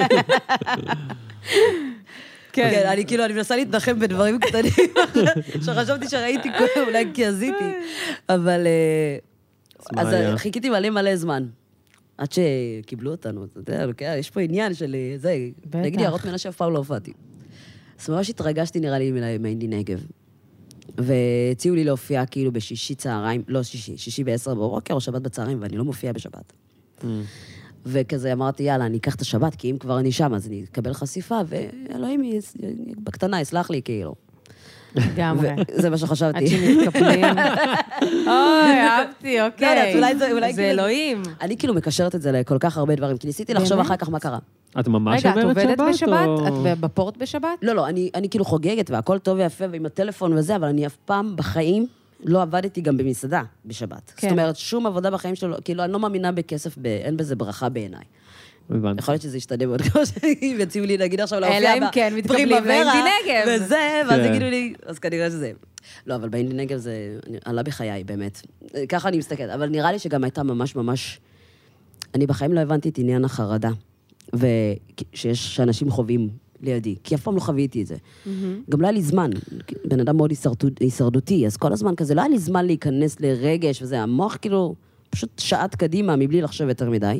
כן. כן, אני כאילו, אני מנסה להתנחם בדברים קטנים, שחשבתי שראיתי קודם, אולי כי עזיתי. אבל... אה, מה אז היה? חיכיתי מלא מלא זמן. עד שקיבלו אותנו, אתה יודע, אוקיי, יש פה עניין של אה, זה, בטח. נגיד לי, יערות מנשה אף פעם לא הופעתי. אז ממש התרגשתי נראה לי מהאינדי נגב. והציעו לי להופיע כאילו בשישי צהריים, לא שישי, שישי בעשר בבוקר או שבת בצהריים, ואני לא מופיעה בשבת. וכזה אמרתי, יאללה, אני אקח את השבת, כי אם כבר אני שם, אז אני אקבל חשיפה, ואלוהים, יס- בקטנה, יסלח לי, כאילו. לגמרי. זה מה עד שחשבתי. שמתקפלים. אוי, אהבתי, לא יודעת, אוקיי. אולי זה- אולי זה כאילו- אלוהים. אני כאילו מקשרת את זה לכל כך הרבה דברים, כי ניסיתי לחשוב באמת? אחר כך מה קרה. את ממש רגע, את אומרת עובדת שבת? בשבת? או- את בפורט בשבת? לא, לא, אני, אני כאילו חוגגת, והכל טוב ויפה, ועם הטלפון וזה, אבל אני אף פעם בחיים לא עבדתי גם במסעדה בשבת. כן. זאת אומרת, שום עבודה בחיים שלו, כאילו, אני לא מאמינה בכסף, ב, אין בזה ברכה בעיניי. הבנתי. יכול להיות שזה ישתנה מאוד כמו שאני, ויציעו לי, נגיד עכשיו אלא להופיע אם כן מתקבלים בפרימוורה, לאינדי נגב. וזה, ואז כן. יגידו לי, אז כנראה שזה... לא, אבל באינדי נגב זה אני- עלה בחיי, באמת. ככה אני מסתכלת, אבל נראה לי שגם הייתה ממש ממש... אני בחיים לא הבנתי את עניין החרדה, ושיש, שאנשים חווים לידי, כי אף פעם לא חוויתי את זה. גם לא היה לי זמן, בן אדם מאוד הישרדות- הישרדותי, אז כל הזמן כזה, לא היה לי זמן להיכנס לרגש וזה, המוח כאילו פשוט שעת קדימה, מבלי לחשוב יותר מדי.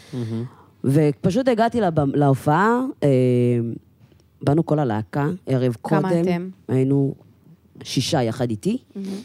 ופשוט הגעתי להופעה, באנו כל הלהקה, ערב קודם. כמה אתם? היינו שישה יחד איתי.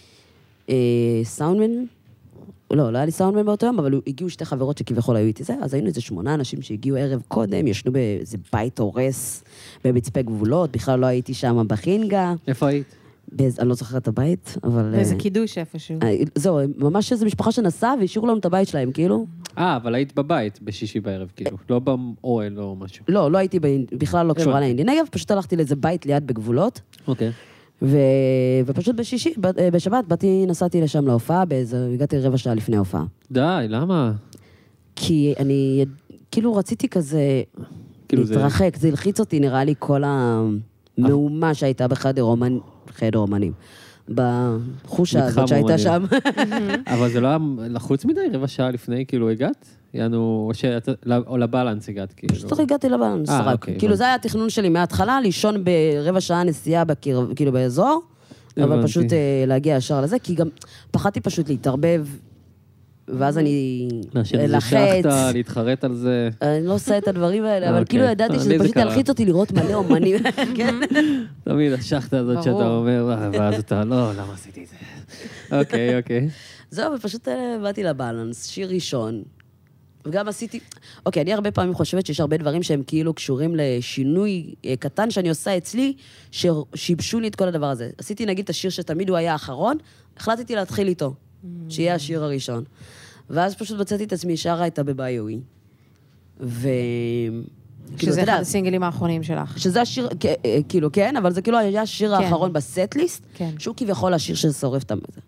סאונדמן, לא, לא היה לי סאונדמן באותו יום, אבל הגיעו שתי חברות שכביכול היו איתי זה, אז היינו איזה שמונה אנשים שהגיעו ערב קודם, ישנו באיזה בית הורס, במצפה גבולות, בכלל לא הייתי שם בחינגה. איפה היית? אני לא זוכרת את הבית, אבל... באיזה קידוש איפשהו. זהו, ממש איזו משפחה שנסעה והשאירו לנו את הבית שלהם, כאילו. אה, אבל היית בבית בשישי בערב, כאילו, לא באוהל או משהו. לא, לא הייתי, בכלל לא קשורה לאינדי נגב, פשוט הלכתי לאיזה בית ליד בגבולות. אוקיי. ופשוט בשישי, בשבת, באתי, נסעתי לשם להופעה, הגעתי רבע שעה לפני ההופעה. די, למה? כי אני, כאילו רציתי כזה להתרחק, זה הלחיץ אותי, נראה לי, כל המהומה שהייתה בחדר אומנים, חדר אומנים, בחושה הזאת שהייתה שם. אבל זה לא היה לחוץ מדי, רבע שעה לפני, כאילו, הגעת? יענו, או לבלנס הגעת, כאילו. פשוט הגעתי לבלנס, רק. כאילו, זה היה התכנון שלי מההתחלה, לישון ברבע שעה נסיעה, כאילו, באזור, אבל פשוט להגיע ישר לזה, כי גם פחדתי פשוט להתערבב, ואז אני לחץ. להתחרט על זה. אני לא עושה את הדברים האלה, אבל כאילו ידעתי שזה פשוט ילחיץ אותי לראות מלא אומנים. תמיד השחת הזאת שאתה אומר, ואז אתה, לא, למה עשיתי את זה? אוקיי, אוקיי. זהו, ופשוט באתי לבלנס, שיר ראשון, וגם עשיתי, אוקיי, אני הרבה פעמים חושבת שיש הרבה דברים שהם כאילו קשורים לשינוי קטן שאני עושה אצלי, ששיבשו לי את כל הדבר הזה. עשיתי נגיד את השיר שתמיד הוא היה האחרון, החלטתי להתחיל איתו, שיהיה השיר הראשון. ואז פשוט מצאתי את עצמי, שרה הייתה בביואי. ו... שזה אחד הסינגלים האחרונים שלך. שזה השיר, כאילו, כן, אבל זה כאילו היה השיר האחרון בסט-ליסט, שהוא כביכול השיר ששורף את המזה.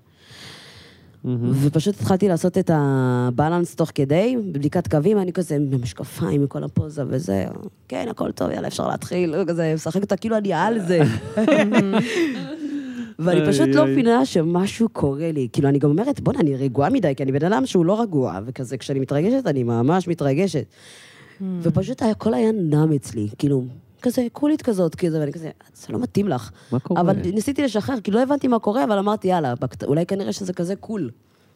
ופשוט התחלתי לעשות את הבלנס תוך כדי, בבדיקת קווים, אני כזה במשקפיים, מכל הפוזה וזה, כן, הכל טוב, יאללה, אפשר להתחיל, כזה, משחק אותה, כאילו אני על זה. ואני פשוט לא מבינה שמשהו קורה לי, כאילו אני גם אומרת, בוא, אני רגועה מדי, כי אני בן אדם שהוא לא רגוע, וכזה, כשאני מתרגשת, אני ממש מתרגשת. ופשוט הכל היה נם אצלי, כאילו, כזה, קולית כזאת, כזה, ואני כזה, זה לא מתאים לך. מה קורה? אבל ניסיתי לשחרר, כי לא הבנתי מה קורה, אבל אמרתי, יאללה, אולי כנראה שזה כזה קול.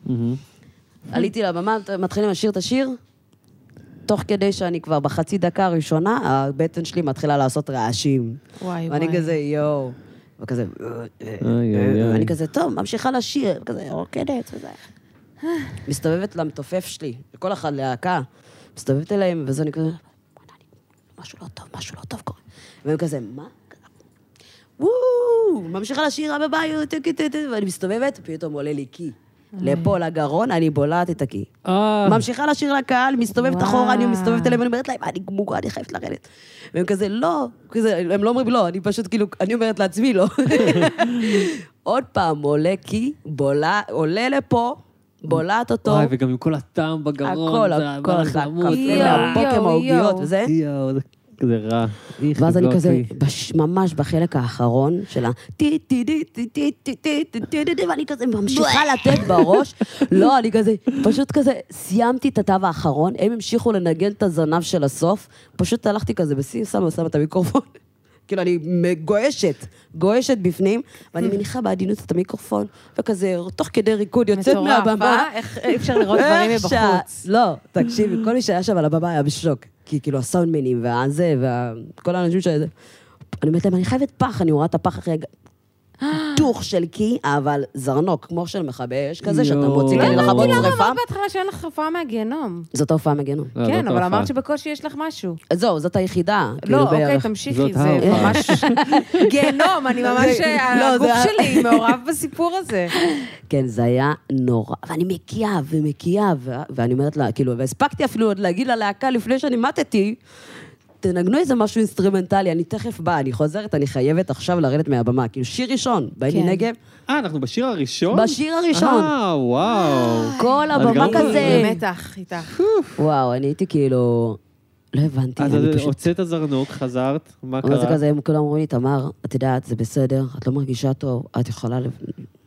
עליתי לבמה, מתחילים לשיר את השיר, תוך כדי שאני כבר בחצי דקה הראשונה, הבטן שלי מתחילה לעשות רעשים. וואי, ואני וואי. כזה, יואו. וכזה, ואני כזה, טוב, ממשיכה לשיר, כזה, רוקדת, וזה. מסתובבת למתופף שלי, לכל אחד להקה, מסתובבת אליהם, וזה אני כזה, משהו לא טוב, משהו לא טוב קורה. והם כזה, מה? וואו, ממשיכה לשיר בבית, ואני מסתובבת, פתאום עולה לי קי. לפה, לגרון, אני בולעת את הקי. ממשיכה לשיר לקהל, מסתובבת אחורה, אני מסתובבת אליהם, ואני אומרת להם, אני גמורה, אני חייבת לרדת. והם כזה, לא, הם לא אומרים לא, אני פשוט כאילו, אני אומרת לעצמי, לא. עוד פעם, עולה קי, עולה לפה, בולעת אותו. וואי, וגם עם כל הטעם בגרון. הכל, הכל, הקפה מהבוקר מהעוגיות וזה. יואו, זה רע. ואז אני כזה, ממש בחלק האחרון של ה... טי טי טי טי טי טי טי טי טי טי ואני כזה ממשיכה לתת בראש. לא, אני כזה, פשוט כזה, סיימתי את התו האחרון, הם המשיכו לנגן את הזנב של הסוף, פשוט הלכתי כזה בסי, שמה ושמה את המיקרופון. כאילו, אני גועשת, גועשת בפנים, ואני מניחה בעדינות את המיקרופון, וכזה, תוך כדי ריקוד יוצאת מהבמה. מטורף, איך אפשר לראות דברים מבחוץ? לא, תקשיבי, כל מי שהיה שם על הבמה היה בשוק. כי כאילו הסאונדמנים והזה, וכל האנשים שזה. אני אומרת להם, אני חייבת פח, אני רואה את הפח אחרי דוך של קי, אבל זרנוק, כמו של מכבי אש כזה, שאתה מוציא כדי לכבות שריפה. למה אמרת בהתחלה שאין לך הופעה מהגיהנום? זאת ההופעה מהגיהנום. כן, אבל אמרת שבקושי יש לך משהו. זהו, זאת היחידה. לא, אוקיי, תמשיכי, זה ממש... גיהנום, אני ממש... הגוף שלי מעורב בסיפור הזה. כן, זה היה נורא. ואני מקיאה ומקיאה, ואני אומרת לה, כאילו, והספקתי אפילו עוד להגיד ללהקה לפני שאני מתתי, תנגנו איזה משהו אינסטרומנטלי, אני תכף באה, אני חוזרת, אני חייבת עכשיו לרדת מהבמה. כאילו, שיר ראשון, באינדי נגב. אה, אנחנו בשיר הראשון? בשיר הראשון. אה, וואו. כל הבמה כזה. מתח, איתך. וואו, אני הייתי כאילו... לא הבנתי, אני פשוט... אז הוצאת זרנוק, חזרת, מה קרה? זה כזה, הם כולם אמרו לי, תמר, את יודעת, זה בסדר, את לא מרגישה טוב, את יכולה...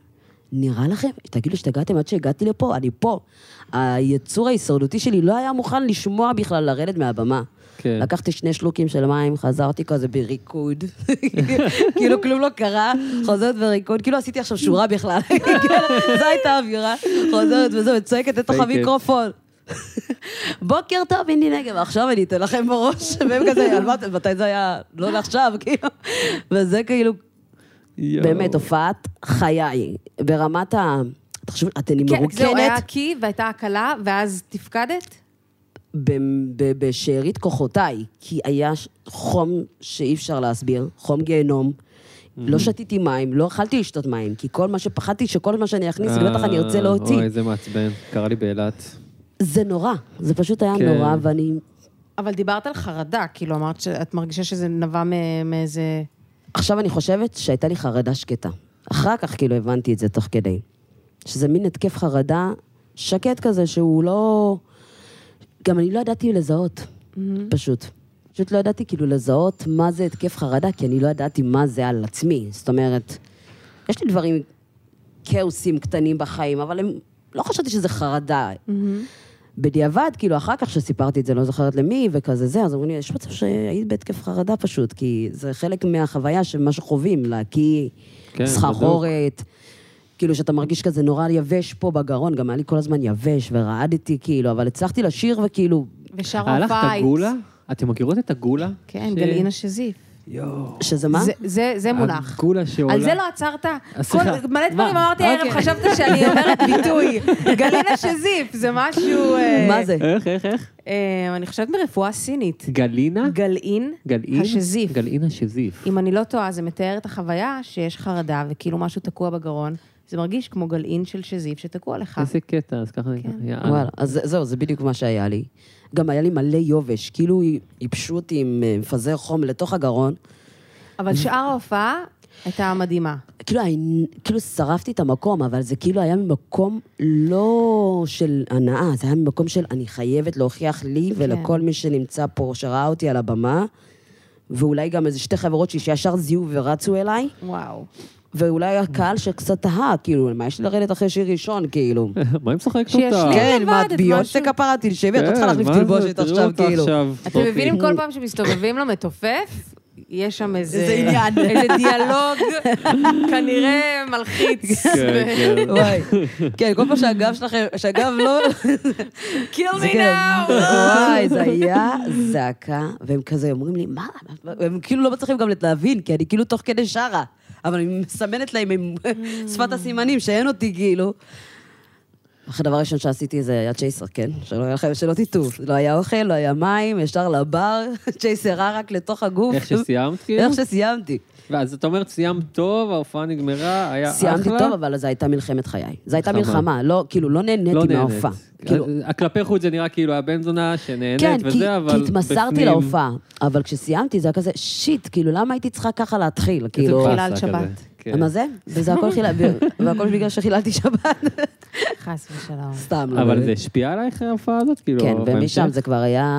נראה לכם, תגידו שתגעתם עד שהגעתי לפה, אני פה. היצור ההישרדותי שלי לא היה מוכן לשמוע בכלל לרדת מהבמה. כן. לקחתי שני שלוקים של מים, חזרתי כזה בריקוד, כאילו כלום לא קרה, חוזרת בריקוד, כאילו עשיתי עכשיו שורה בכלל, זו הייתה האווירה, חוזרת וזהו, צועקת לתוך המיקרופון. בוקר טוב, אינדי נגב, עכשיו אני אתן לכם בראש, והם כזה, מתי זה היה, לא לעכשיו, כאילו, וזה כאילו, באמת, הופעת חיי, ברמת ה... תחשבו, אני מרוקנת. כן, זהו, היה קי והייתה הקלה, ואז תפקדת? בשארית כוחותיי, כי היה חום שאי אפשר להסביר, חום גיהנום, לא שתיתי מים, לא אכלתי לשתות מים, כי כל מה שפחדתי, שכל מה שאני אכניס, בטח אני ארצה להוציא. אוי, זה מעצבן, קרה לי באילת. זה נורא, זה פשוט היה נורא, ואני... אבל דיברת על חרדה, כאילו אמרת שאת מרגישה שזה נבע מאיזה... עכשיו אני חושבת שהייתה לי חרדה שקטה. אחר כך כאילו הבנתי את זה תוך כדי. שזה מין התקף חרדה שקט כזה, שהוא לא... גם אני לא ידעתי לזהות, פשוט. פשוט לא ידעתי כאילו לזהות מה זה התקף חרדה, כי אני לא ידעתי מה זה על עצמי. זאת אומרת, יש לי דברים כאוסים קטנים בחיים, אבל הם... לא חשבתי שזה חרדה. בדיעבד, כאילו, אחר כך שסיפרתי את זה, לא זוכרת למי, וכזה זה, אז אמרו לי, יש מצב שהיית בהתקף חרדה פשוט, כי זה חלק מהחוויה של מה שחווים, להקיא, סחרחורת, כאילו, שאתה מרגיש כזה נורא יבש פה בגרון, גם היה לי כל הזמן יבש, ורעדתי, כאילו, אבל הצלחתי לשיר, וכאילו... ושר הופעה... הלכת הגולה? אתם מכירות את הגולה? כן, גלינה שזיף. שזה מה? זה מונח. הגולה שעולה. על זה לא עצרת? מלא דברים אמרתי הערב, חשבת שאני אומרת ביטוי. גלינה שזיף, זה משהו... מה זה? איך, איך, איך? אני חושבת מרפואה סינית. גלינה? גלעין השזיף. גלעין השזיף. אם אני לא טועה, זה מתאר את החוויה שיש חרדה וכאילו משהו תקוע בגרון. זה מרגיש כמו גלעין של שזיף שתקוע לך. איזה קטע, אז ככה... וואלה, אז זהו, זה בדיוק מה שהיה לי. גם היה לי מלא יובש, כאילו ייבשו אותי עם מפזר חום לתוך הגרון. אבל שאר ההופעה הייתה מדהימה. כאילו, כאילו שרפתי את המקום, אבל זה כאילו היה ממקום לא של הנאה, זה היה ממקום של אני חייבת להוכיח לי ולכל מי שנמצא פה, שראה אותי על הבמה, ואולי גם איזה שתי חברות שישר זיהו ורצו אליי. וואו. ואולי הקהל שקצת תהה, כאילו, מה יש לרדת אחרי שיר ראשון, כאילו? מה אם שוחקת אותה? כן, מה, את ביונסה כפרה, תלשבי, את לא צריכה להחליף תלבושת עכשיו, כאילו. אתם מבינים כל פעם שמסתובבים למתופף, יש שם איזה דיאלוג, כנראה מלחיץ. וואי, כן, כל פעם שהגב שלכם, שהגב לא... kill me now! וואי, זה היה זעקה, והם כזה אומרים לי, מה? הם כאילו לא מצליחים גם להבין, כי אני כאילו תוך כדי שרה. אבל אני מסמנת להם עם שפת הסימנים, שאין אותי כאילו. אחרי דבר ראשון שעשיתי זה היה צ'ייסר, כן? שלא היה לכם, שלא תיטו. לא היה אוכל, לא היה מים, ישר לבר, צ'ייסרה רק לתוך הגוף. איך שסיימת כאילו? איך שסיימתי. ואז את אומרת, סיימת טוב, ההופעה נגמרה, היה אחלה? סיימתי טוב, אבל זו הייתה מלחמת חיי. זו הייתה מלחמה, כאילו, לא נהניתי מההופעה. כלפי חוץ זה נראה כאילו הבן זונה שנהנית וזה, אבל... כן, כי התמסרתי להופעה, אבל כשסיימתי זה היה כזה, שיט, כאילו, למה הייתי צריכה ככה להתחיל? כאילו... חיללת שבת. מה זה? וזה הכל חילל, והכל בגלל שחיללתי שבת. חס ושלום. סתם. אבל זה השפיע עלייך ההופעה הזאת? כן, ומשם זה כבר היה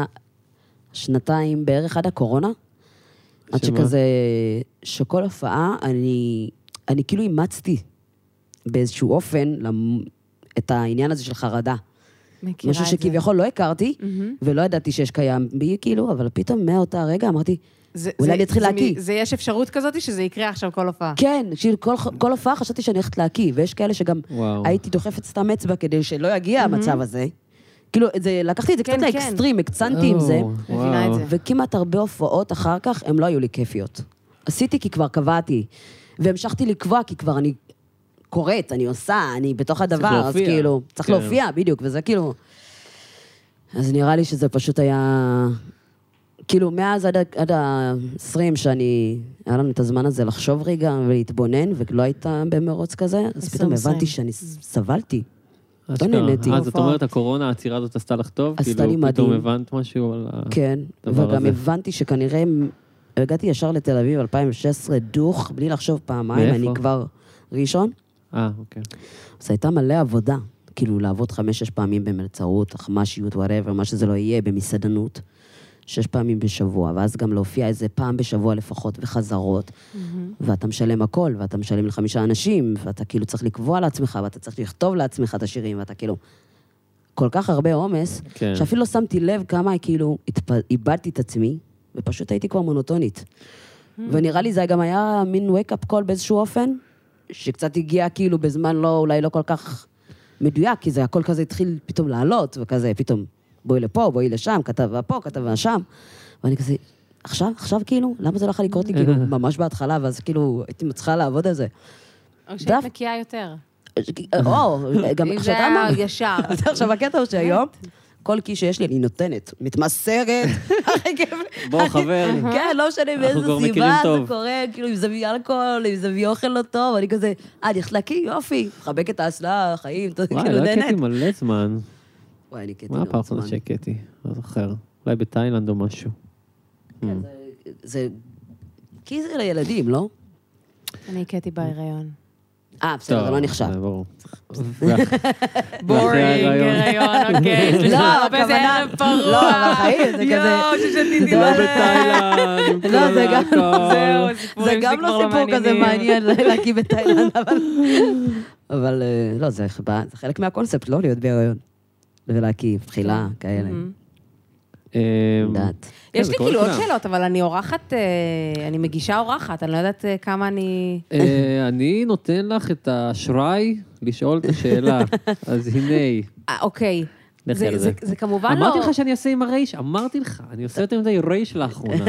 שנתיים בערך עד הקורונה, עד שכזה, שכל הופעה, אני, אני כאילו אימצתי באיזשהו אופן את העניין הזה של חרדה. משהו שכביכול לא הכרתי, ולא ידעתי שיש קיים בי, כאילו, אבל פתאום מאותה רגע אמרתי, אולי אני אתחיל להקיא. זה יש אפשרות כזאת שזה יקרה עכשיו כל הופעה. כן, כל הופעה חשבתי שאני הולכת להקיא, ויש כאלה שגם הייתי דוחפת סתם אצבע כדי שלא יגיע המצב הזה. כאילו, לקחתי את זה קצת לאקסטרים, הקצנתי עם זה, וכמעט הרבה הופעות אחר כך, הם לא היו לי כיפיות. עשיתי כי כבר קבעתי, והמשכתי לקבוע כי כבר אני קוראת, אני עושה, אני בתוך הדבר, אז כאילו, צריך להופיע, בדיוק, וזה כאילו... אז נראה לי שזה פשוט היה... כאילו, מאז עד, עד ה-עשרים שאני... היה לנו את הזמן הזה לחשוב רגע ולהתבונן, ולא הייתה במרוץ כזה, אז פתאום הבנתי שאני סבלתי. לא נהניתי. אז זאת אומרת, הקורונה, העצירה הזאת עשתה לך טוב? עשתה לי מדהים. פתאום הבנת משהו על הדבר הזה? כן, וגם הבנתי שכנראה... הגעתי ישר לתל אביב, אלפיים ושש עשרה, דוך, בלי לחשוב פעמיים, אני כבר ראשון. אה, אוקיי. אז הייתה מלא עבודה, כאילו לעבוד חמש-שש פעמים במלצרות, חמשיות, whatever, מה שזה לא יהיה, במסעדנות. שש פעמים בשבוע, ואז גם להופיע איזה פעם בשבוע לפחות, וחזרות, ואתה משלם הכל, ואתה משלם לחמישה אנשים, ואתה כאילו צריך לקבוע לעצמך, ואתה צריך לכתוב לעצמך את השירים, ואתה כאילו... כל כך הרבה עומס, כן. שאפילו לא שמתי לב כמה כאילו איבדתי את עצמי, ופשוט הייתי כבר מונוטונית. ונראה לי זה גם היה מין wake-up call באיזשהו אופן, שקצת הגיע כאילו בזמן לא, אולי לא כל כך מדויק, כי זה הכל כזה התחיל פתאום לעלות, וכזה פתאום בואי לפה, בואי לשם, כתבה פה, כתבה שם, ואני כזה, עכשיו, עכשיו כאילו, למה זה לא יכול לקרות לי כאילו ממש בהתחלה, ואז כאילו הייתי מצליחה לעבוד על זה. או שהיית מקיאה יותר. או, גם עכשיו אתה אמר. זה ישר. עכשיו הקטע הוא שהיום, כל קי שיש לי, אני נותנת, מתמסרת. בוא חבר. כן, לא משנה באיזו סיבה זה קורה, כאילו אם זה מאלכוהול, אם זה מאוכל לא טוב, אני כזה, אה, אני חלקי, יופי, חבק את האסלה, חיים, וואי, לא קטי מלא זמן. וואי, אני קטי מה הפעם האחרונה שקטי? לא זוכר. אולי בתאילנד או משהו. כן, זה... כי זה לילדים, לא? אני קטי בהיריון. אה, בסדר, זה לא נחשב. זה ברור. בורינג, הריון, אוקיי. לא, הכוונה... לא, אבל חיים, זה כזה... יואו, ששתיתי לא בתאילנד. לא, זה גם... זהו, זה סיפורים גם לא סיפור כזה מעניין להקים בתאילנד, אבל... אבל לא, זה חלק מהקונספט, לא להיות בהיריון. ולהקים, תחילה, כאלה. דעת. יש לי כאילו עוד שאלות, אבל אני אורחת, אני מגישה אורחת, אני לא יודעת כמה אני... אני נותן לך את האשראי לשאול את השאלה, אז הנה. אוקיי. זה כמובן לא... אמרתי לך שאני אעשה עם הרייש, אמרתי לך, אני עושה יותר מדי רייש לאחרונה.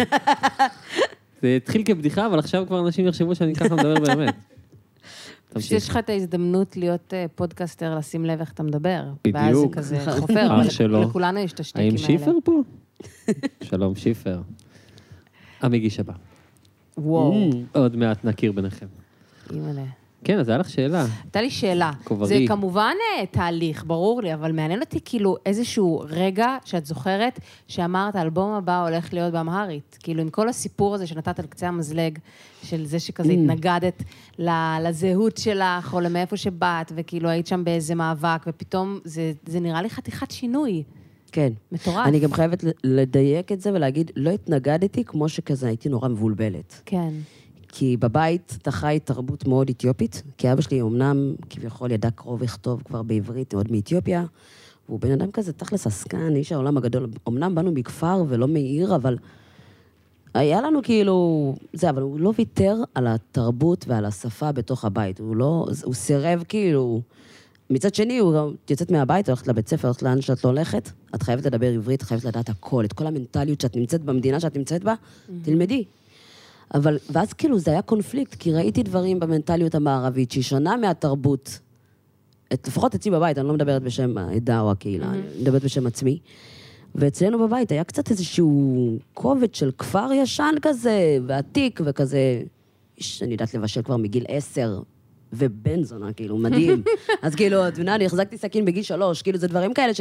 זה התחיל כבדיחה, אבל עכשיו כבר אנשים יחשבו שאני ככה מדבר באמת. שיש לך את ההזדמנות להיות פודקאסטר, לשים לב איך אתה מדבר. בדיוק. ואז זה כזה חופר, אבל לכולנו יש את השטיקים האלה. האם שיפר פה? שלום, שיפר. המגיש הבא. וואו. עוד מעט נכיר ביניכם. אימא'לה. כן, אז היה לך שאלה. הייתה לי שאלה. כוברי. זה כמובן תהליך, ברור לי, אבל מעניין אותי כאילו איזשהו רגע שאת זוכרת שאמרת, האלבום הבא הולך להיות באמהרית. כאילו עם כל הסיפור הזה שנתת על קצה המזלג, של זה שכזה התנגדת לזהות שלך, או למאיפה שבאת, וכאילו היית שם באיזה מאבק, ופתאום זה, זה נראה לי חתיכת שינוי. כן. מטורף. אני גם חייבת לדייק את זה ולהגיד, לא התנגדתי כמו שכזה הייתי נורא מבולבלת. כן. כי בבית אתה חי תרבות מאוד אתיופית, כי אבא שלי אומנם כביכול ידע קרוא וכתוב כבר בעברית, מאוד מאתיופיה, והוא בן אדם כזה תכלס עסקן, איש העולם הגדול, אומנם באנו מכפר ולא מעיר, אבל היה לנו כאילו, זה, אבל הוא לא ויתר על התרבות ועל השפה בתוך הבית, הוא לא, הוא סירב כאילו, מצד שני, הוא יוצאת מהבית, הולכת לבית ספר, הולכת לאן שאת לא הולכת, את חייבת לדבר עברית, חייבת לדעת הכל, את כל המנטליות שאת נמצאת במדינה שאת נמצאת בה, תלמדי. אבל, ואז כאילו זה היה קונפליקט, כי ראיתי דברים במנטליות המערבית, שהיא שונה מהתרבות, את, לפחות אצלי בבית, אני לא מדברת בשם העדה או הקהילה, mm-hmm. אני מדברת בשם עצמי, ואצלנו בבית היה קצת איזשהו קובץ של כפר ישן כזה, ועתיק וכזה, שאני יודעת לבשל כבר מגיל עשר, ובן זונה, כאילו, מדהים. אז כאילו, את מבינה, אני החזקתי סכין בגיל שלוש, כאילו, זה דברים כאלה ש...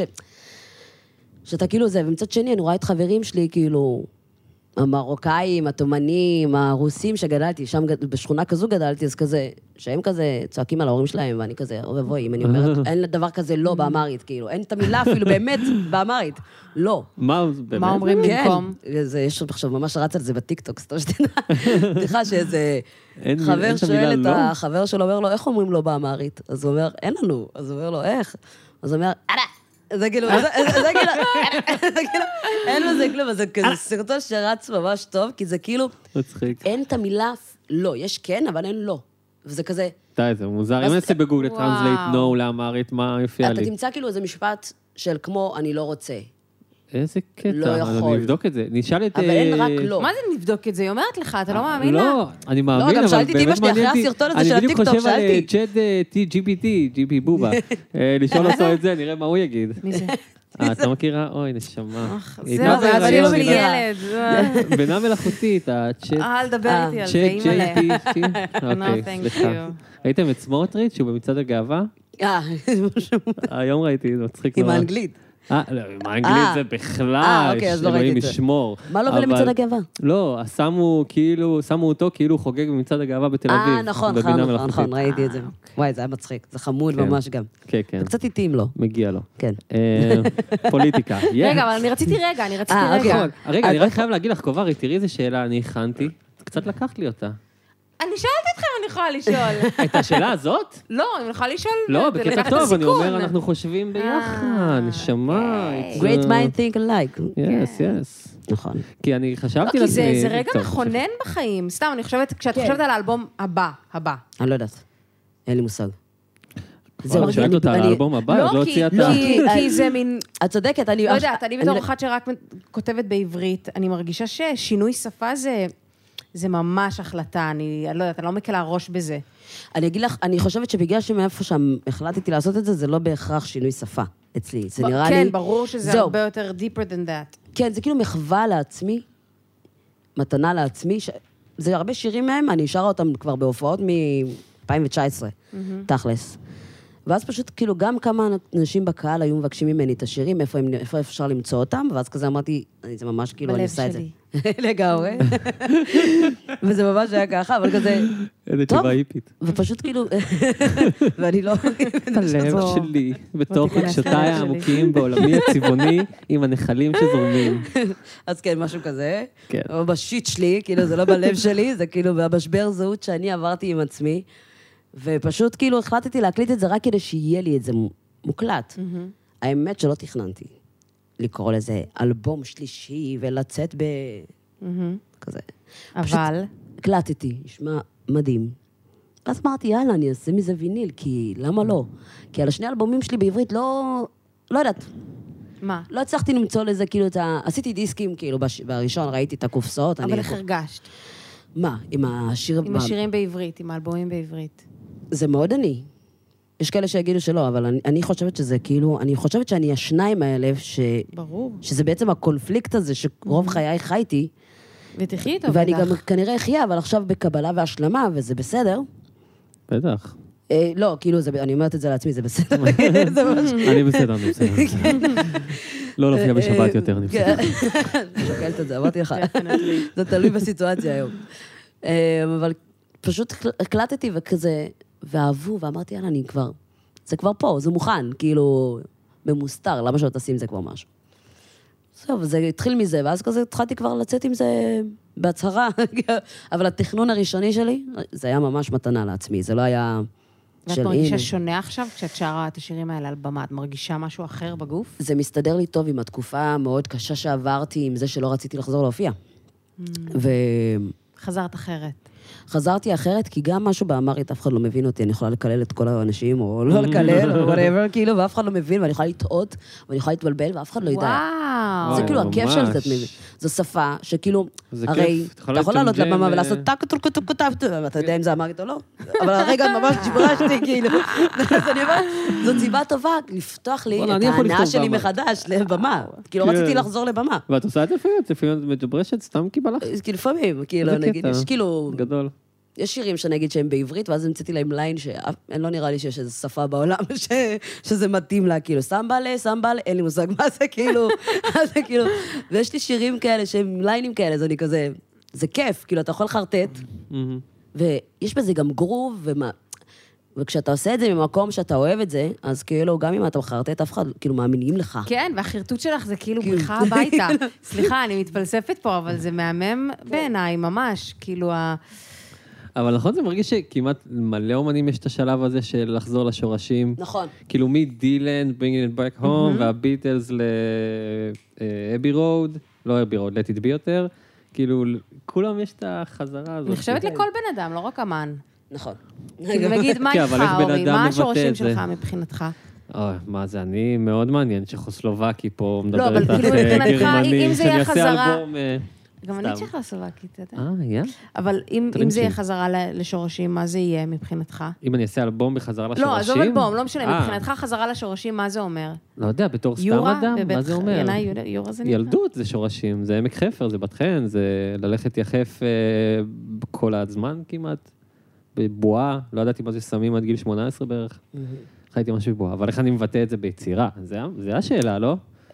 שאתה כאילו זה, ומצד שני, אני רואה את חברים שלי, כאילו, המרוקאים, התומנים, הרוסים שגדלתי, שם בשכונה כזו גדלתי, אז כזה, שהם כזה צועקים על ההורים שלהם, ואני כזה, אוי ובואי, אם אני אומרת, אין דבר כזה לא באמרית, כאילו, אין את המילה אפילו באמת באמרית, לא. מה באמת? מה אומרים במקום? כן, יש עכשיו ממש רץ על זה בטיקטוק, סתם שתדע, בדיחה שאיזה חבר שואל את החבר שלו, אומר לו, איך אומרים לו באמרית? אז הוא אומר, אין לנו. אז הוא אומר לו, איך? אז הוא אומר, אלה. זה כאילו, זה כאילו, אין לזה כלום, זה כזה סרטון שרץ ממש טוב, כי זה כאילו, אין את המילה, לא, יש כן, אבל אין לא. וזה כזה... די, זה מוזר. אם אני אעשה בגוגל טרנסלייט נו לאמרית, מה יופיע לי? אתה תמצא כאילו איזה משפט של כמו, אני לא רוצה. איזה קטע, לא יכול. אני אבדוק את זה. נשאל את... אבל אין רק לא. מה זה נבדוק את זה? היא אומרת לך, אתה לא מאמין לה? לא, אני מאמין, אבל באמת מעניין אותי. אני בדיוק חושב על צ'אט ג'י פי טי, ג'י פי בובה. לשאול אותו את זה, נראה מה הוא יגיד. מי זה? אתה מכירה? אוי, נשמה. זהו, זה היה שלי ילד. בינה מלאכותית, הצ'אט... אה, לדבר איתי על זה, אימא'לה. צ'אט ג'י פי טי. אוקיי, סליחה. ראיתם את סמוטריץ' שהוא במצעד הגאווה? אה, היום ראיתי, זה מצחיק עם ממש. האנגלית. אה, לא, עם האנגלית זה בכלל, אה, אוקיי, אז לא ראיתי את זה. לשמור. מה לא במצעד הגאווה? לא, שמו כאילו, שמו אותו כאילו הוא חוגג במצעד הגאווה בתל אביב. אה, נכון, נכון, נכון, ראיתי את זה. וואי, זה היה מצחיק, זה חמוד ממש גם. כן, כן. זה קצת איטים לו. מגיע לו. כן. פוליטיקה. רגע, אבל אני רציתי רגע, אני רציתי רגע. רגע, אני רק חייב להגיד לך, קוברי, תראי איזה שאלה אני הכנתי. קצת לקחת לי אותה. אני שאלתי אתכם, אני יכולה לשאול. את השאלה הזאת? לא, אני יכולה לשאול. לא, בקטע טוב, אני אומר, אנחנו חושבים ביחד, נשמה. Great mind think alike. Yes, yes. נכון. כי אני חשבתי... לא, כי זה רגע מכונן בחיים. סתם, אני חושבת, כשאת חושבת על האלבום הבא, הבא. אני לא יודעת. אין לי מושג. אני שואלת אותה על האלבום הבא, לא, לא הוציאה את ה... כי זה מין... את צודקת, אני... לא יודעת, אני בתור אחת שרק כותבת בעברית, אני מרגישה ששינוי שפה זה... זה ממש החלטה, אני לא יודעת, אני לא מקלה ראש בזה. אני אגיד לך, אני חושבת שבגלל שמאיפה שם החלטתי לעשות את זה, זה לא בהכרח שינוי שפה אצלי. זה נראה לי... כן, ברור שזה הרבה יותר deeper than that. כן, זה כאילו מחווה לעצמי, מתנה לעצמי, זה הרבה שירים מהם, אני אשארה אותם כבר בהופעות מ-אלפיים תשע עשרה, תכלס. ואז פשוט כאילו גם כמה אנשים בקהל היו מבקשים ממני את השירים, איפה, הם, איפה אפשר למצוא אותם, ואז כזה אמרתי, זה ממש כאילו אני עושה את זה. לגמרי. וזה ממש היה ככה, אבל כזה, איזה תשובה היפית. ופשוט כאילו, ואני לא... הלב שלי, בתוך רגשותיי העמוקים בעולמי הצבעוני, עם הנחלים שזורמים. אז כן, משהו כזה. או בשיט שלי, כאילו זה לא בלב שלי, זה כאילו במשבר זהות שאני עברתי עם עצמי. ופשוט כאילו החלטתי להקליט את זה רק כדי שיהיה לי את זה מוקלט. האמת שלא תכננתי לקרוא לזה אלבום שלישי ולצאת ב... כזה. אבל? הקלטתי, נשמע מדהים. אז אמרתי, יאללה, אני אעשה מזה ויניל, כי למה לא? כי על השני אלבומים שלי בעברית לא... לא יודעת. מה? לא הצלחתי למצוא לזה, כאילו, את ה... עשיתי דיסקים, כאילו, בראשון ראיתי את הקופסאות. אבל איך הרגשת? מה? עם השיר... עם השירים בעברית, עם האלבומים בעברית. זה מאוד אני. יש כאלה שיגידו שלא, אבל אני, אני חושבת שזה כאילו, אני חושבת שאני השניים האלה, ש... ברור. שזה בעצם הקונפליקט הזה, שרוב חיי חייתי. ותחי איתו, ואני גם כנראה אחיה, אבל עכשיו בקבלה והשלמה, וזה בסדר. בטח. אה, לא, כאילו, זה, אני אומרת את זה לעצמי, זה בסדר. זה ממש... אני בסדר, אני בסדר. לא להופיע בשבת יותר, אני בסדר. אני שוקלת את זה, אמרתי לך. זה תלוי בסיטואציה היום. אבל פשוט הקלטתי וכזה... ואהבו, ואמרתי, יאללה, אני כבר, זה כבר פה, זה מוכן, כאילו, ממוסתר, למה שלא תשים זה כבר משהו? טוב, זה התחיל מזה, ואז כזה התחלתי כבר לצאת עם זה בהצהרה, אבל התכנון הראשוני שלי, זה היה ממש מתנה לעצמי, זה לא היה... ואת מרגישה שונה עכשיו, כשאת שרה את השירים האלה על במה, את מרגישה משהו אחר בגוף? זה מסתדר לי טוב עם התקופה המאוד קשה שעברתי, עם זה שלא רציתי לחזור להופיע. ו... חזרת אחרת. חזרתי אחרת, כי גם משהו באמרית, אף אחד לא מבין אותי, אני יכולה לקלל את כל האנשים, או לא לקלל, או whatever, כאילו, ואף אחד לא מבין, ואני יכולה לטעות, ואני יכולה להתבלבל, ואף אחד לא יודע. וואו. זה כאילו הכיף של זה, זו שפה, שכאילו, הרי, אתה יכול לעלות לבמה ולעשות טק, טק, טק, טק, טק, ואתה יודע אם זה אמרית או לא, אבל הרגע ממש ג'ברשתי, כאילו, אז אני אומרת, זו סיבה טובה, לפתוח לי את ההנאה שלי מחדש לבמה, כאילו, רציתי לחזור לבמה. ואת עושה את לפעמים, את לפעמים מדברשת, סתם כי בא לך? לפעמים, כאילו, נגיד, יש כאילו... גדול. יש שירים שנגיד שהם בעברית, ואז המצאתי להם ליין שאין לא נראה לי שיש איזו שפה בעולם שזה מתאים לה, כאילו, סמבלה, סמבלה, אין לי מושג מה זה, כאילו, זה כאילו, ויש לי שירים כאלה שהם ליינים כאלה, אז אני כזה, זה כיף, כאילו, אתה יכול לחרטט, ויש בזה גם גרוב, ומה, וכשאתה עושה את זה ממקום שאתה אוהב את זה, אז כאילו, גם אם אתה מחרטט, אף אחד, כאילו, מאמינים לך. כן, והחרטוט שלך זה כאילו בריחה הביתה. סליחה, אני מתפלספת פה, אבל זה מהמם בעיניי, ממש, כאילו, ה... אבל נכון, זה מרגיש שכמעט מלא אומנים יש את השלב הזה של לחזור לשורשים. נכון. כאילו מדילן, bringing it back home, והביטלס לאבי רוד, לא אבי רוד, let it be יותר. כאילו, כולם יש את החזרה הזאת. אני חושבת לכל בן אדם, לא רק אמן. נכון. כאילו, נגיד, מה איתך, אורי? מה השורשים שלך מבחינתך? אוי, מה זה, אני מאוד מעניין שחוסלובקי פה מדבר איתך גרמנים, שאני אעשה אלבום... גם אני צ'כוסלובקית, אתה יודע. אה, יהיה? אבל אם זה יהיה חזרה לשורשים, מה זה יהיה מבחינתך? אם אני אעשה אלבום בחזרה לשורשים? לא, עזוב אלבום, לא משנה, מבחינתך חזרה לשורשים, מה זה אומר? לא יודע, בתור סתם אדם, מה זה אומר? יורה זה נקרא? ילדות זה שורשים, זה עמק חפר, זה בת חן, זה ללכת יחף כל הזמן כמעט, בבועה, לא ידעתי מה זה סמים עד גיל שמונה עשרה בערך, חייתי משהו בבועה, אבל איך אני מבטא את זה ביצירה? זה השאלה, לא?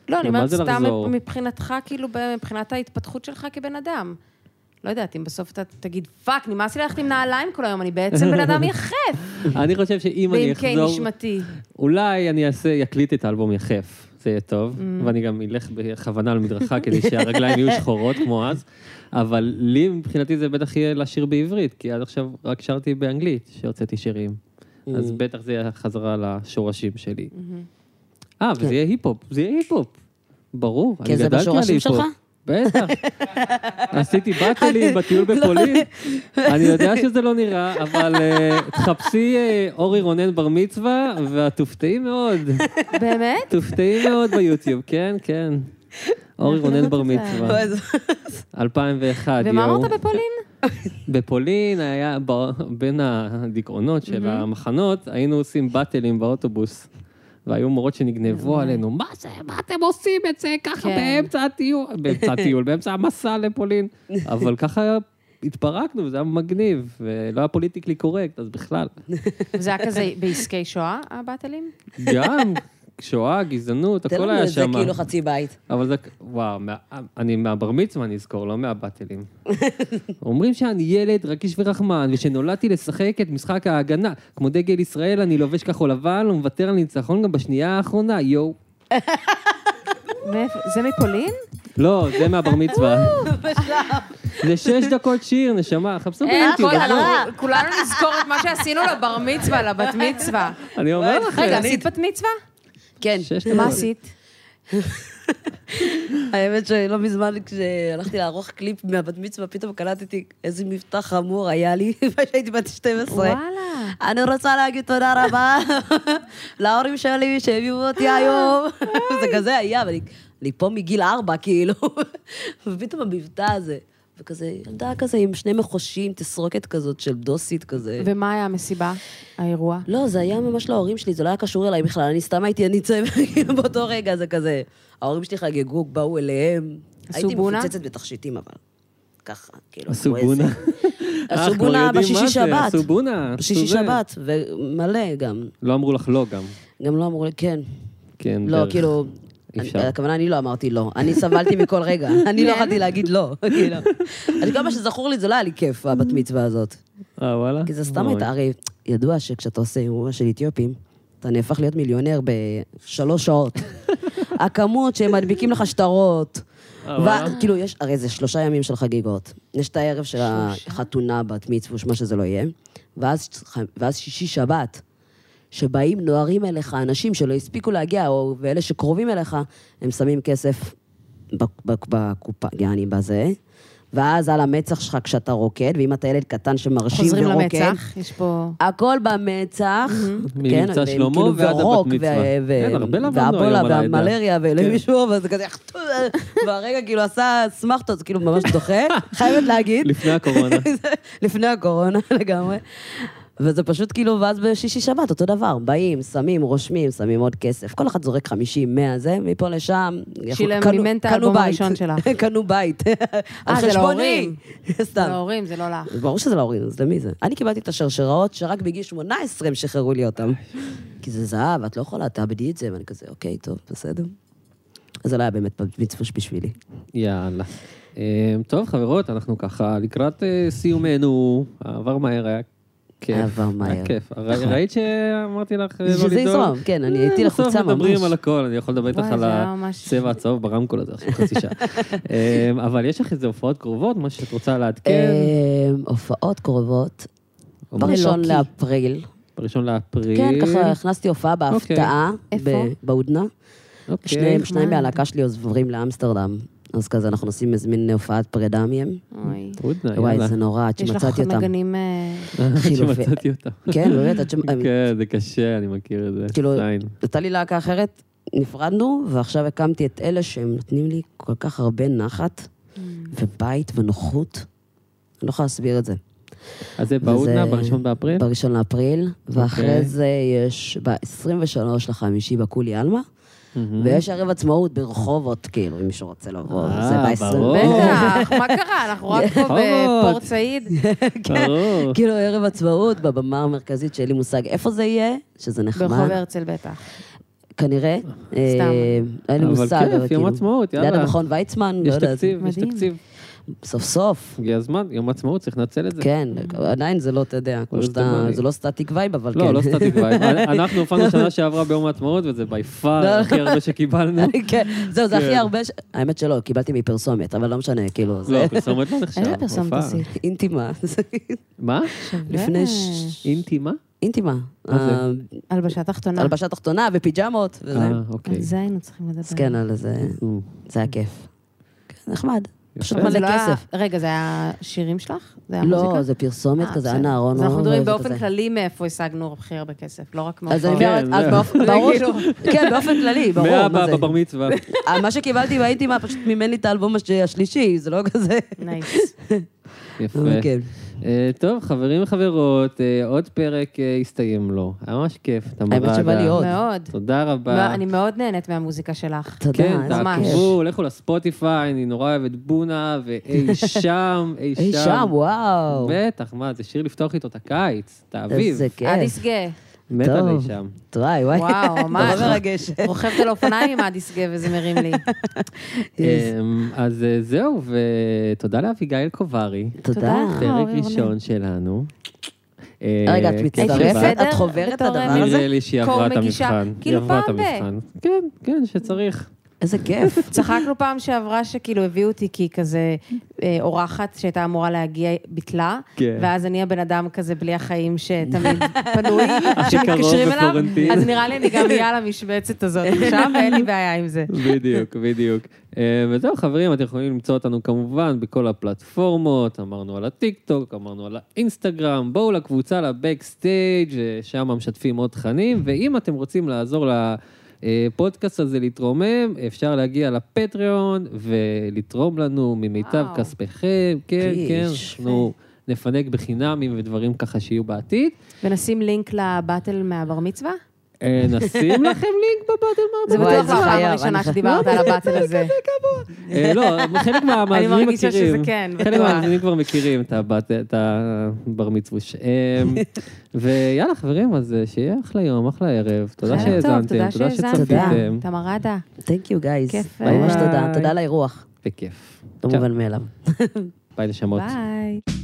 לא, אני מה אומרת זה סתם לחזור? מבחינתך, כאילו, מבחינת ההתפתחות שלך כבן אדם. לא יודעת, אם בסוף אתה תגיד, פאק, נמאס לי ללכת עם נעליים כל היום, אני בעצם בן אדם יחף. אני חושב שאם אני ועם אחזור... קיי נשמתי. אולי אני אעשה, יקליט את האלבום יחף, זה יהיה טוב, ואני גם אלך בכוונה על מדרכה כדי שהרגליים יהיו שחורות כמו אז, אבל לי מבחינתי זה בטח יהיה לשיר בעברית, כי עד עכשיו רק שרתי באנגלית, שהוצאתי שירים, אז בטח זה יהיה חזרה לשורשים שלי. אה, וזה יהיה היפ-הופ, זה יהיה היפ-הופ, ברור, אני זה גדלתי על בשורשים היפ-הופ. שלך? בטח. עשיתי באטלים בטיול בפולין, אני יודע שזה לא נראה, אבל תחפשי אורי רונן בר מצווה, ואת תופתעי מאוד. באמת? תופתעי מאוד ביוטיוב, כן, כן. אורי רונן בר מצווה. אלפיים ואחת, ומה אמרת בפולין? בפולין היה בין הדיכאונות של המחנות, היינו עושים באטלים באוטובוס. והיו מורות שנגנבו עלינו, מה זה, מה אתם עושים את זה ככה באמצע הטיול, באמצע הטיול, באמצע המסע לפולין, אבל ככה התפרקנו, וזה היה מגניב, ולא היה פוליטיקלי קורקט, אז בכלל. וזה היה כזה בעסקי שואה, הבטלים? גם, שואה, גזענות, תן הכל לנו היה את זה שם. כאילו חצי בית. אבל זה, וואו, אני מהבר מצווה נזכור, לא מהבטלים. אומרים שאני ילד רגיש ורחמן, ושנולדתי לשחק את משחק ההגנה. כמו דגל ישראל, אני לובש כחול לבן, ומוותר על ניצחון גם בשנייה האחרונה, יואו. זה מפולין? לא, זה מהבר מצווה. זה שש דקות שיר, נשמה, חפשו ביוטיוב. כולנו נזכור את מה שעשינו לבר מצווה, לבת מצווה. אני אומר לכם. רגע, עשית בת מצווה? כן. מה עשית? האמת שלא מזמן כשהלכתי לערוך קליפ מהבת מצווה, פתאום קלטתי איזה מבטא חמור היה לי, כשהייתי בת שתים עשרה. וואלה. אני רוצה להגיד תודה רבה להורים שלי שהביאו אותי היום. זה כזה היה, אבל אני פה מגיל ארבע, כאילו. ופתאום המבטא הזה, וכזה, ילדה כזה עם שני מחושים, תסרוקת כזאת של דוסית כזה. ומה היה המסיבה, האירוע? לא, זה היה ממש להורים שלי, זה לא היה קשור אליי בכלל, אני סתם הייתי הניצב, כאילו באותו רגע זה כזה, ההורים שלי חגגו, באו אליהם. הייתי מפוצצת בתכשיטים, אבל ככה, כאילו. עשו בונה. עשו בונה בשישי שבת. עשו בונה. בשישי שבת, ומלא גם. לא אמרו לך לא גם. גם לא אמרו לי, כן. כן, לא, כאילו, הכוונה, אני לא אמרתי לא. אני סבלתי מכל רגע. אני לא יכולתי להגיד לא, כאילו. אני כל מה שזכור לי, זה לא היה לי כיף, הבת מצווה הזאת. אה, וואלה? כי זה סתם הייתה, הרי ידוע שכשאתה עושה אירוע של אתיופים, אתה נהפך להיות מיליונר בשלוש שעות. הכמות שהם מדביקים לך שטרות. כאילו, יש, הרי זה שלושה ימים של חגיגות. יש את הערב של החתונה, בת מצווה, מה שזה לא יהיה. ואז שישי שבת, שבאים נוערים אליך, אנשים שלא הספיקו להגיע, או ואלה שקרובים אליך, הם שמים כסף בקופה, יעני בזה. ואז על המצח שלך כשאתה רוקד, ואם אתה ילד קטן שמרשים ורוקד. חוזרים למצח, יש פה... הכל במצח. ממבצע שלמה ועד הבת מצווה. כן, הרבה למדנו היום על העדה. והמלריה, ולמישהו, וזה כזה, והרגע כאילו עשה סמכתות, זה כאילו ממש דוחה, חייבת להגיד. לפני הקורונה. לפני הקורונה, לגמרי. וזה פשוט כאילו, ואז בשישי שבת, אותו דבר, באים, שמים, רושמים, שמים עוד כסף, כל אחד זורק חמישים, מאה זה, מפה לשם, שילם מימן את האלבום הראשון שלה. קנו בית. אה, זה להורים. סתם. להורים, זה לא לך. ברור שזה להורים, אז למי זה? אני קיבלתי את השרשראות שרק בגיל שמונה עשרה הם שחררו לי אותם. כי זה זהב, את לא יכולה, תאבדי את זה, ואני כזה, אוקיי, טוב, בסדר. אז זה לא היה באמת מצווש בשבילי. יאללה. טוב, חברות, אנחנו ככה לקראת סיומנו, עבר מהר היה עבר מהר. כיף. ראית שאמרתי לך לא לדאוג? שזה יזרום, כן, אני הייתי לחוצה ממש. בסוף מדברים על הכל, אני יכול לדבר איתך על הצבע הצהוב ברמקול הזה, עכשיו חצי שעה. אבל יש לך איזה הופעות קרובות, מה שאת רוצה לעדכן? הופעות קרובות, בראשון לאפריל. בראשון לאפריל. כן, ככה הכנסתי הופעה בהפתעה. איפה? בהודנה. שניים מהלהקה שלי עוברים לאמסטרדם. אז כזה אנחנו עושים מזמין הופעת פרידה מהם. אוי. וואי, זה נורא, עד שמצאתי אותם. יש לך נגנים חילופי. עד שמצאתי אותם. כן, באמת, עד ש... כן, זה קשה, אני מכיר את זה. כאילו, הייתה לי להקה אחרת, נפרדנו, ועכשיו הקמתי את אלה שהם נותנים לי כל כך הרבה נחת, ובית ונוחות. אני לא יכולה להסביר את זה. אז זה בהודנה, בראשון באפריל? בראשון לאפריל, ואחרי זה יש ב-עשרים ושלושה לחמישי בקולי אלמה, ויש ערב עצמאות ברחובות, כאילו, אם מישהו רוצה לבוא, זה ב-עשרים. בטח, מה קרה? אנחנו רק פה בפורט סעיד. כאילו, ערב עצמאות, בבמה המרכזית שאין לי מושג איפה זה יהיה, שזה נחמד. ברחוב הרצל בטח. כנראה. סתם. אין לי מושג. אבל כיף, יום עצמאות, יאללה. ליד המכון ויצמן, לא יש יודעת. תקציב, יש מדהים. תקציב. סוף סוף. הגיע הזמן, יום עצמאות, צריך לנצל את זה. כן, עדיין זה לא, אתה יודע, כמו שאתה, זה לא סטטיק וייב, אבל כן. לא, לא סטטיק וייב. אנחנו הופענו שנה שעברה ביום העצמאות, וזה בי פאר הכי הרבה שקיבלנו. כן, זהו, זה הכי הרבה, האמת שלא, קיבלתי מפרסומת, אבל לא משנה, כאילו, לא, זה פרסומת לא נחשב. איזה פרסומת הופעה. עשית? אינטימה. מה? לפני ש... אינטימה? אינטימה. מה זה? אה, הלבשה תחתונה. הלבשה תחתונה ופיג'מות, וזה. אה, אוקיי. על זה היינו צריכים לדבר. אז כן, על זה, זה היה כיף. כן, נחמד. פשוט אבל זה מלא לא היה- כסף. רגע, זה היה שירים שלך? זה היה מוזיקה? לא, זה פרסומת אה, כזה, בסדר. אנה אהרון. אז אנחנו מדברים וזה באופן כזה. כללי מאיפה השגנו הכי הרבה כסף, לא רק אז אני מהופעות. כן, אומרת, אז זה- באופן, ברור, כאילו. כן, באופן כללי, ברור, מאה מה זה? בבר מצווה. אה, מה שקיבלתי באינטימה פשוט מימן לי את האלבום הש- השלישי, זה לא כזה. נייס. יפה. אבל כן. אה, טוב, חברים וחברות, אה, עוד פרק אה, הסתיים לו. היה ממש כיף, תמר האמת שבא לי ראדה. עוד. מאוד. תודה רבה. לא, אני מאוד נהנית מהמוזיקה שלך. תודה, כן, איזה ממש. כיף. תעקבו, לכו לספוטיפיי, אני נורא אוהבת בונה, ואי שם, אי אי שם. שם, וואו. בטח, מה, זה שיר לפתוח איתו את הקיץ, את האביב. איזה כיף. אדיס גה. מת על אי טוב. שם. וואי, וואי. וואו, ממש. נורא מרגש. רוכבת על אופניים עם אדיס גה וזה מרים לי. אמ, אז אה, זהו, ותודה לאביגיל קוברי, תודה. תודה. פרק אורי ראשון שלנו. רגע, את אה, מצטרפת? כיף שבאת. בסדר? את חוברת בתור לדבר הזה? נראה לי שהיא קור עברה את מגישה. המבחן. היא כאילו עברה את פעם ב- המבחן. כן, כן, שצריך. איזה כיף. צחקנו פעם שעברה שכאילו הביאו אותי כי כזה אה, אורחת שהייתה אמורה להגיע ביטלה, כן. ואז אני הבן אדם כזה בלי החיים שתמיד פנוי, הכי קרוב שמתקשרים אליו, בפלורנטין. אז נראה לי אני גם אהיה על המשבצת הזאת עכשיו, ואין לי בעיה עם זה. בדיוק, בדיוק. אה, וזהו, חברים, אתם יכולים למצוא אותנו כמובן בכל הפלטפורמות, אמרנו על הטיק-טוק, אמרנו על האינסטגרם, בואו לקבוצה לבקסטייג', שם משתפים עוד תכנים, ואם אתם רוצים לעזור לפודקאסט הזה להתרומם, אפשר להגיע לפטריון ולתרום לנו ממיטב וואו. כספיכם, כן, כן, קיש. אנחנו נפנק בחינמים ודברים ככה שיהיו בעתיד. ונשים לינק לבטל מהבר מצווה? אה, נשים לכם לינק בבטל זה מהבטל. וואי, בטוח זה לא הפעם חייב, הראשונה אני- שדיברת על הבטל הזה. אה, לא, חלק מהמאזינים מכירים. אני מרגישה שזה כן, חלק בטוח. מהמאזינים כבר מכירים את הבת- את הבר מצווש. אה, ויאללה, חברים, אז אה, שיהיה אחלה יום, אחלה ערב. תודה ערב טוב, שהאזנתם, תודה תודה שהאזנתם. שצפיתם. תמר ראדה. Thank you guys. כיף, ממש אה, תודה. ביי. תודה על האירוח. בכיף. לא מובן מאליו. ביי נשמות. ביי.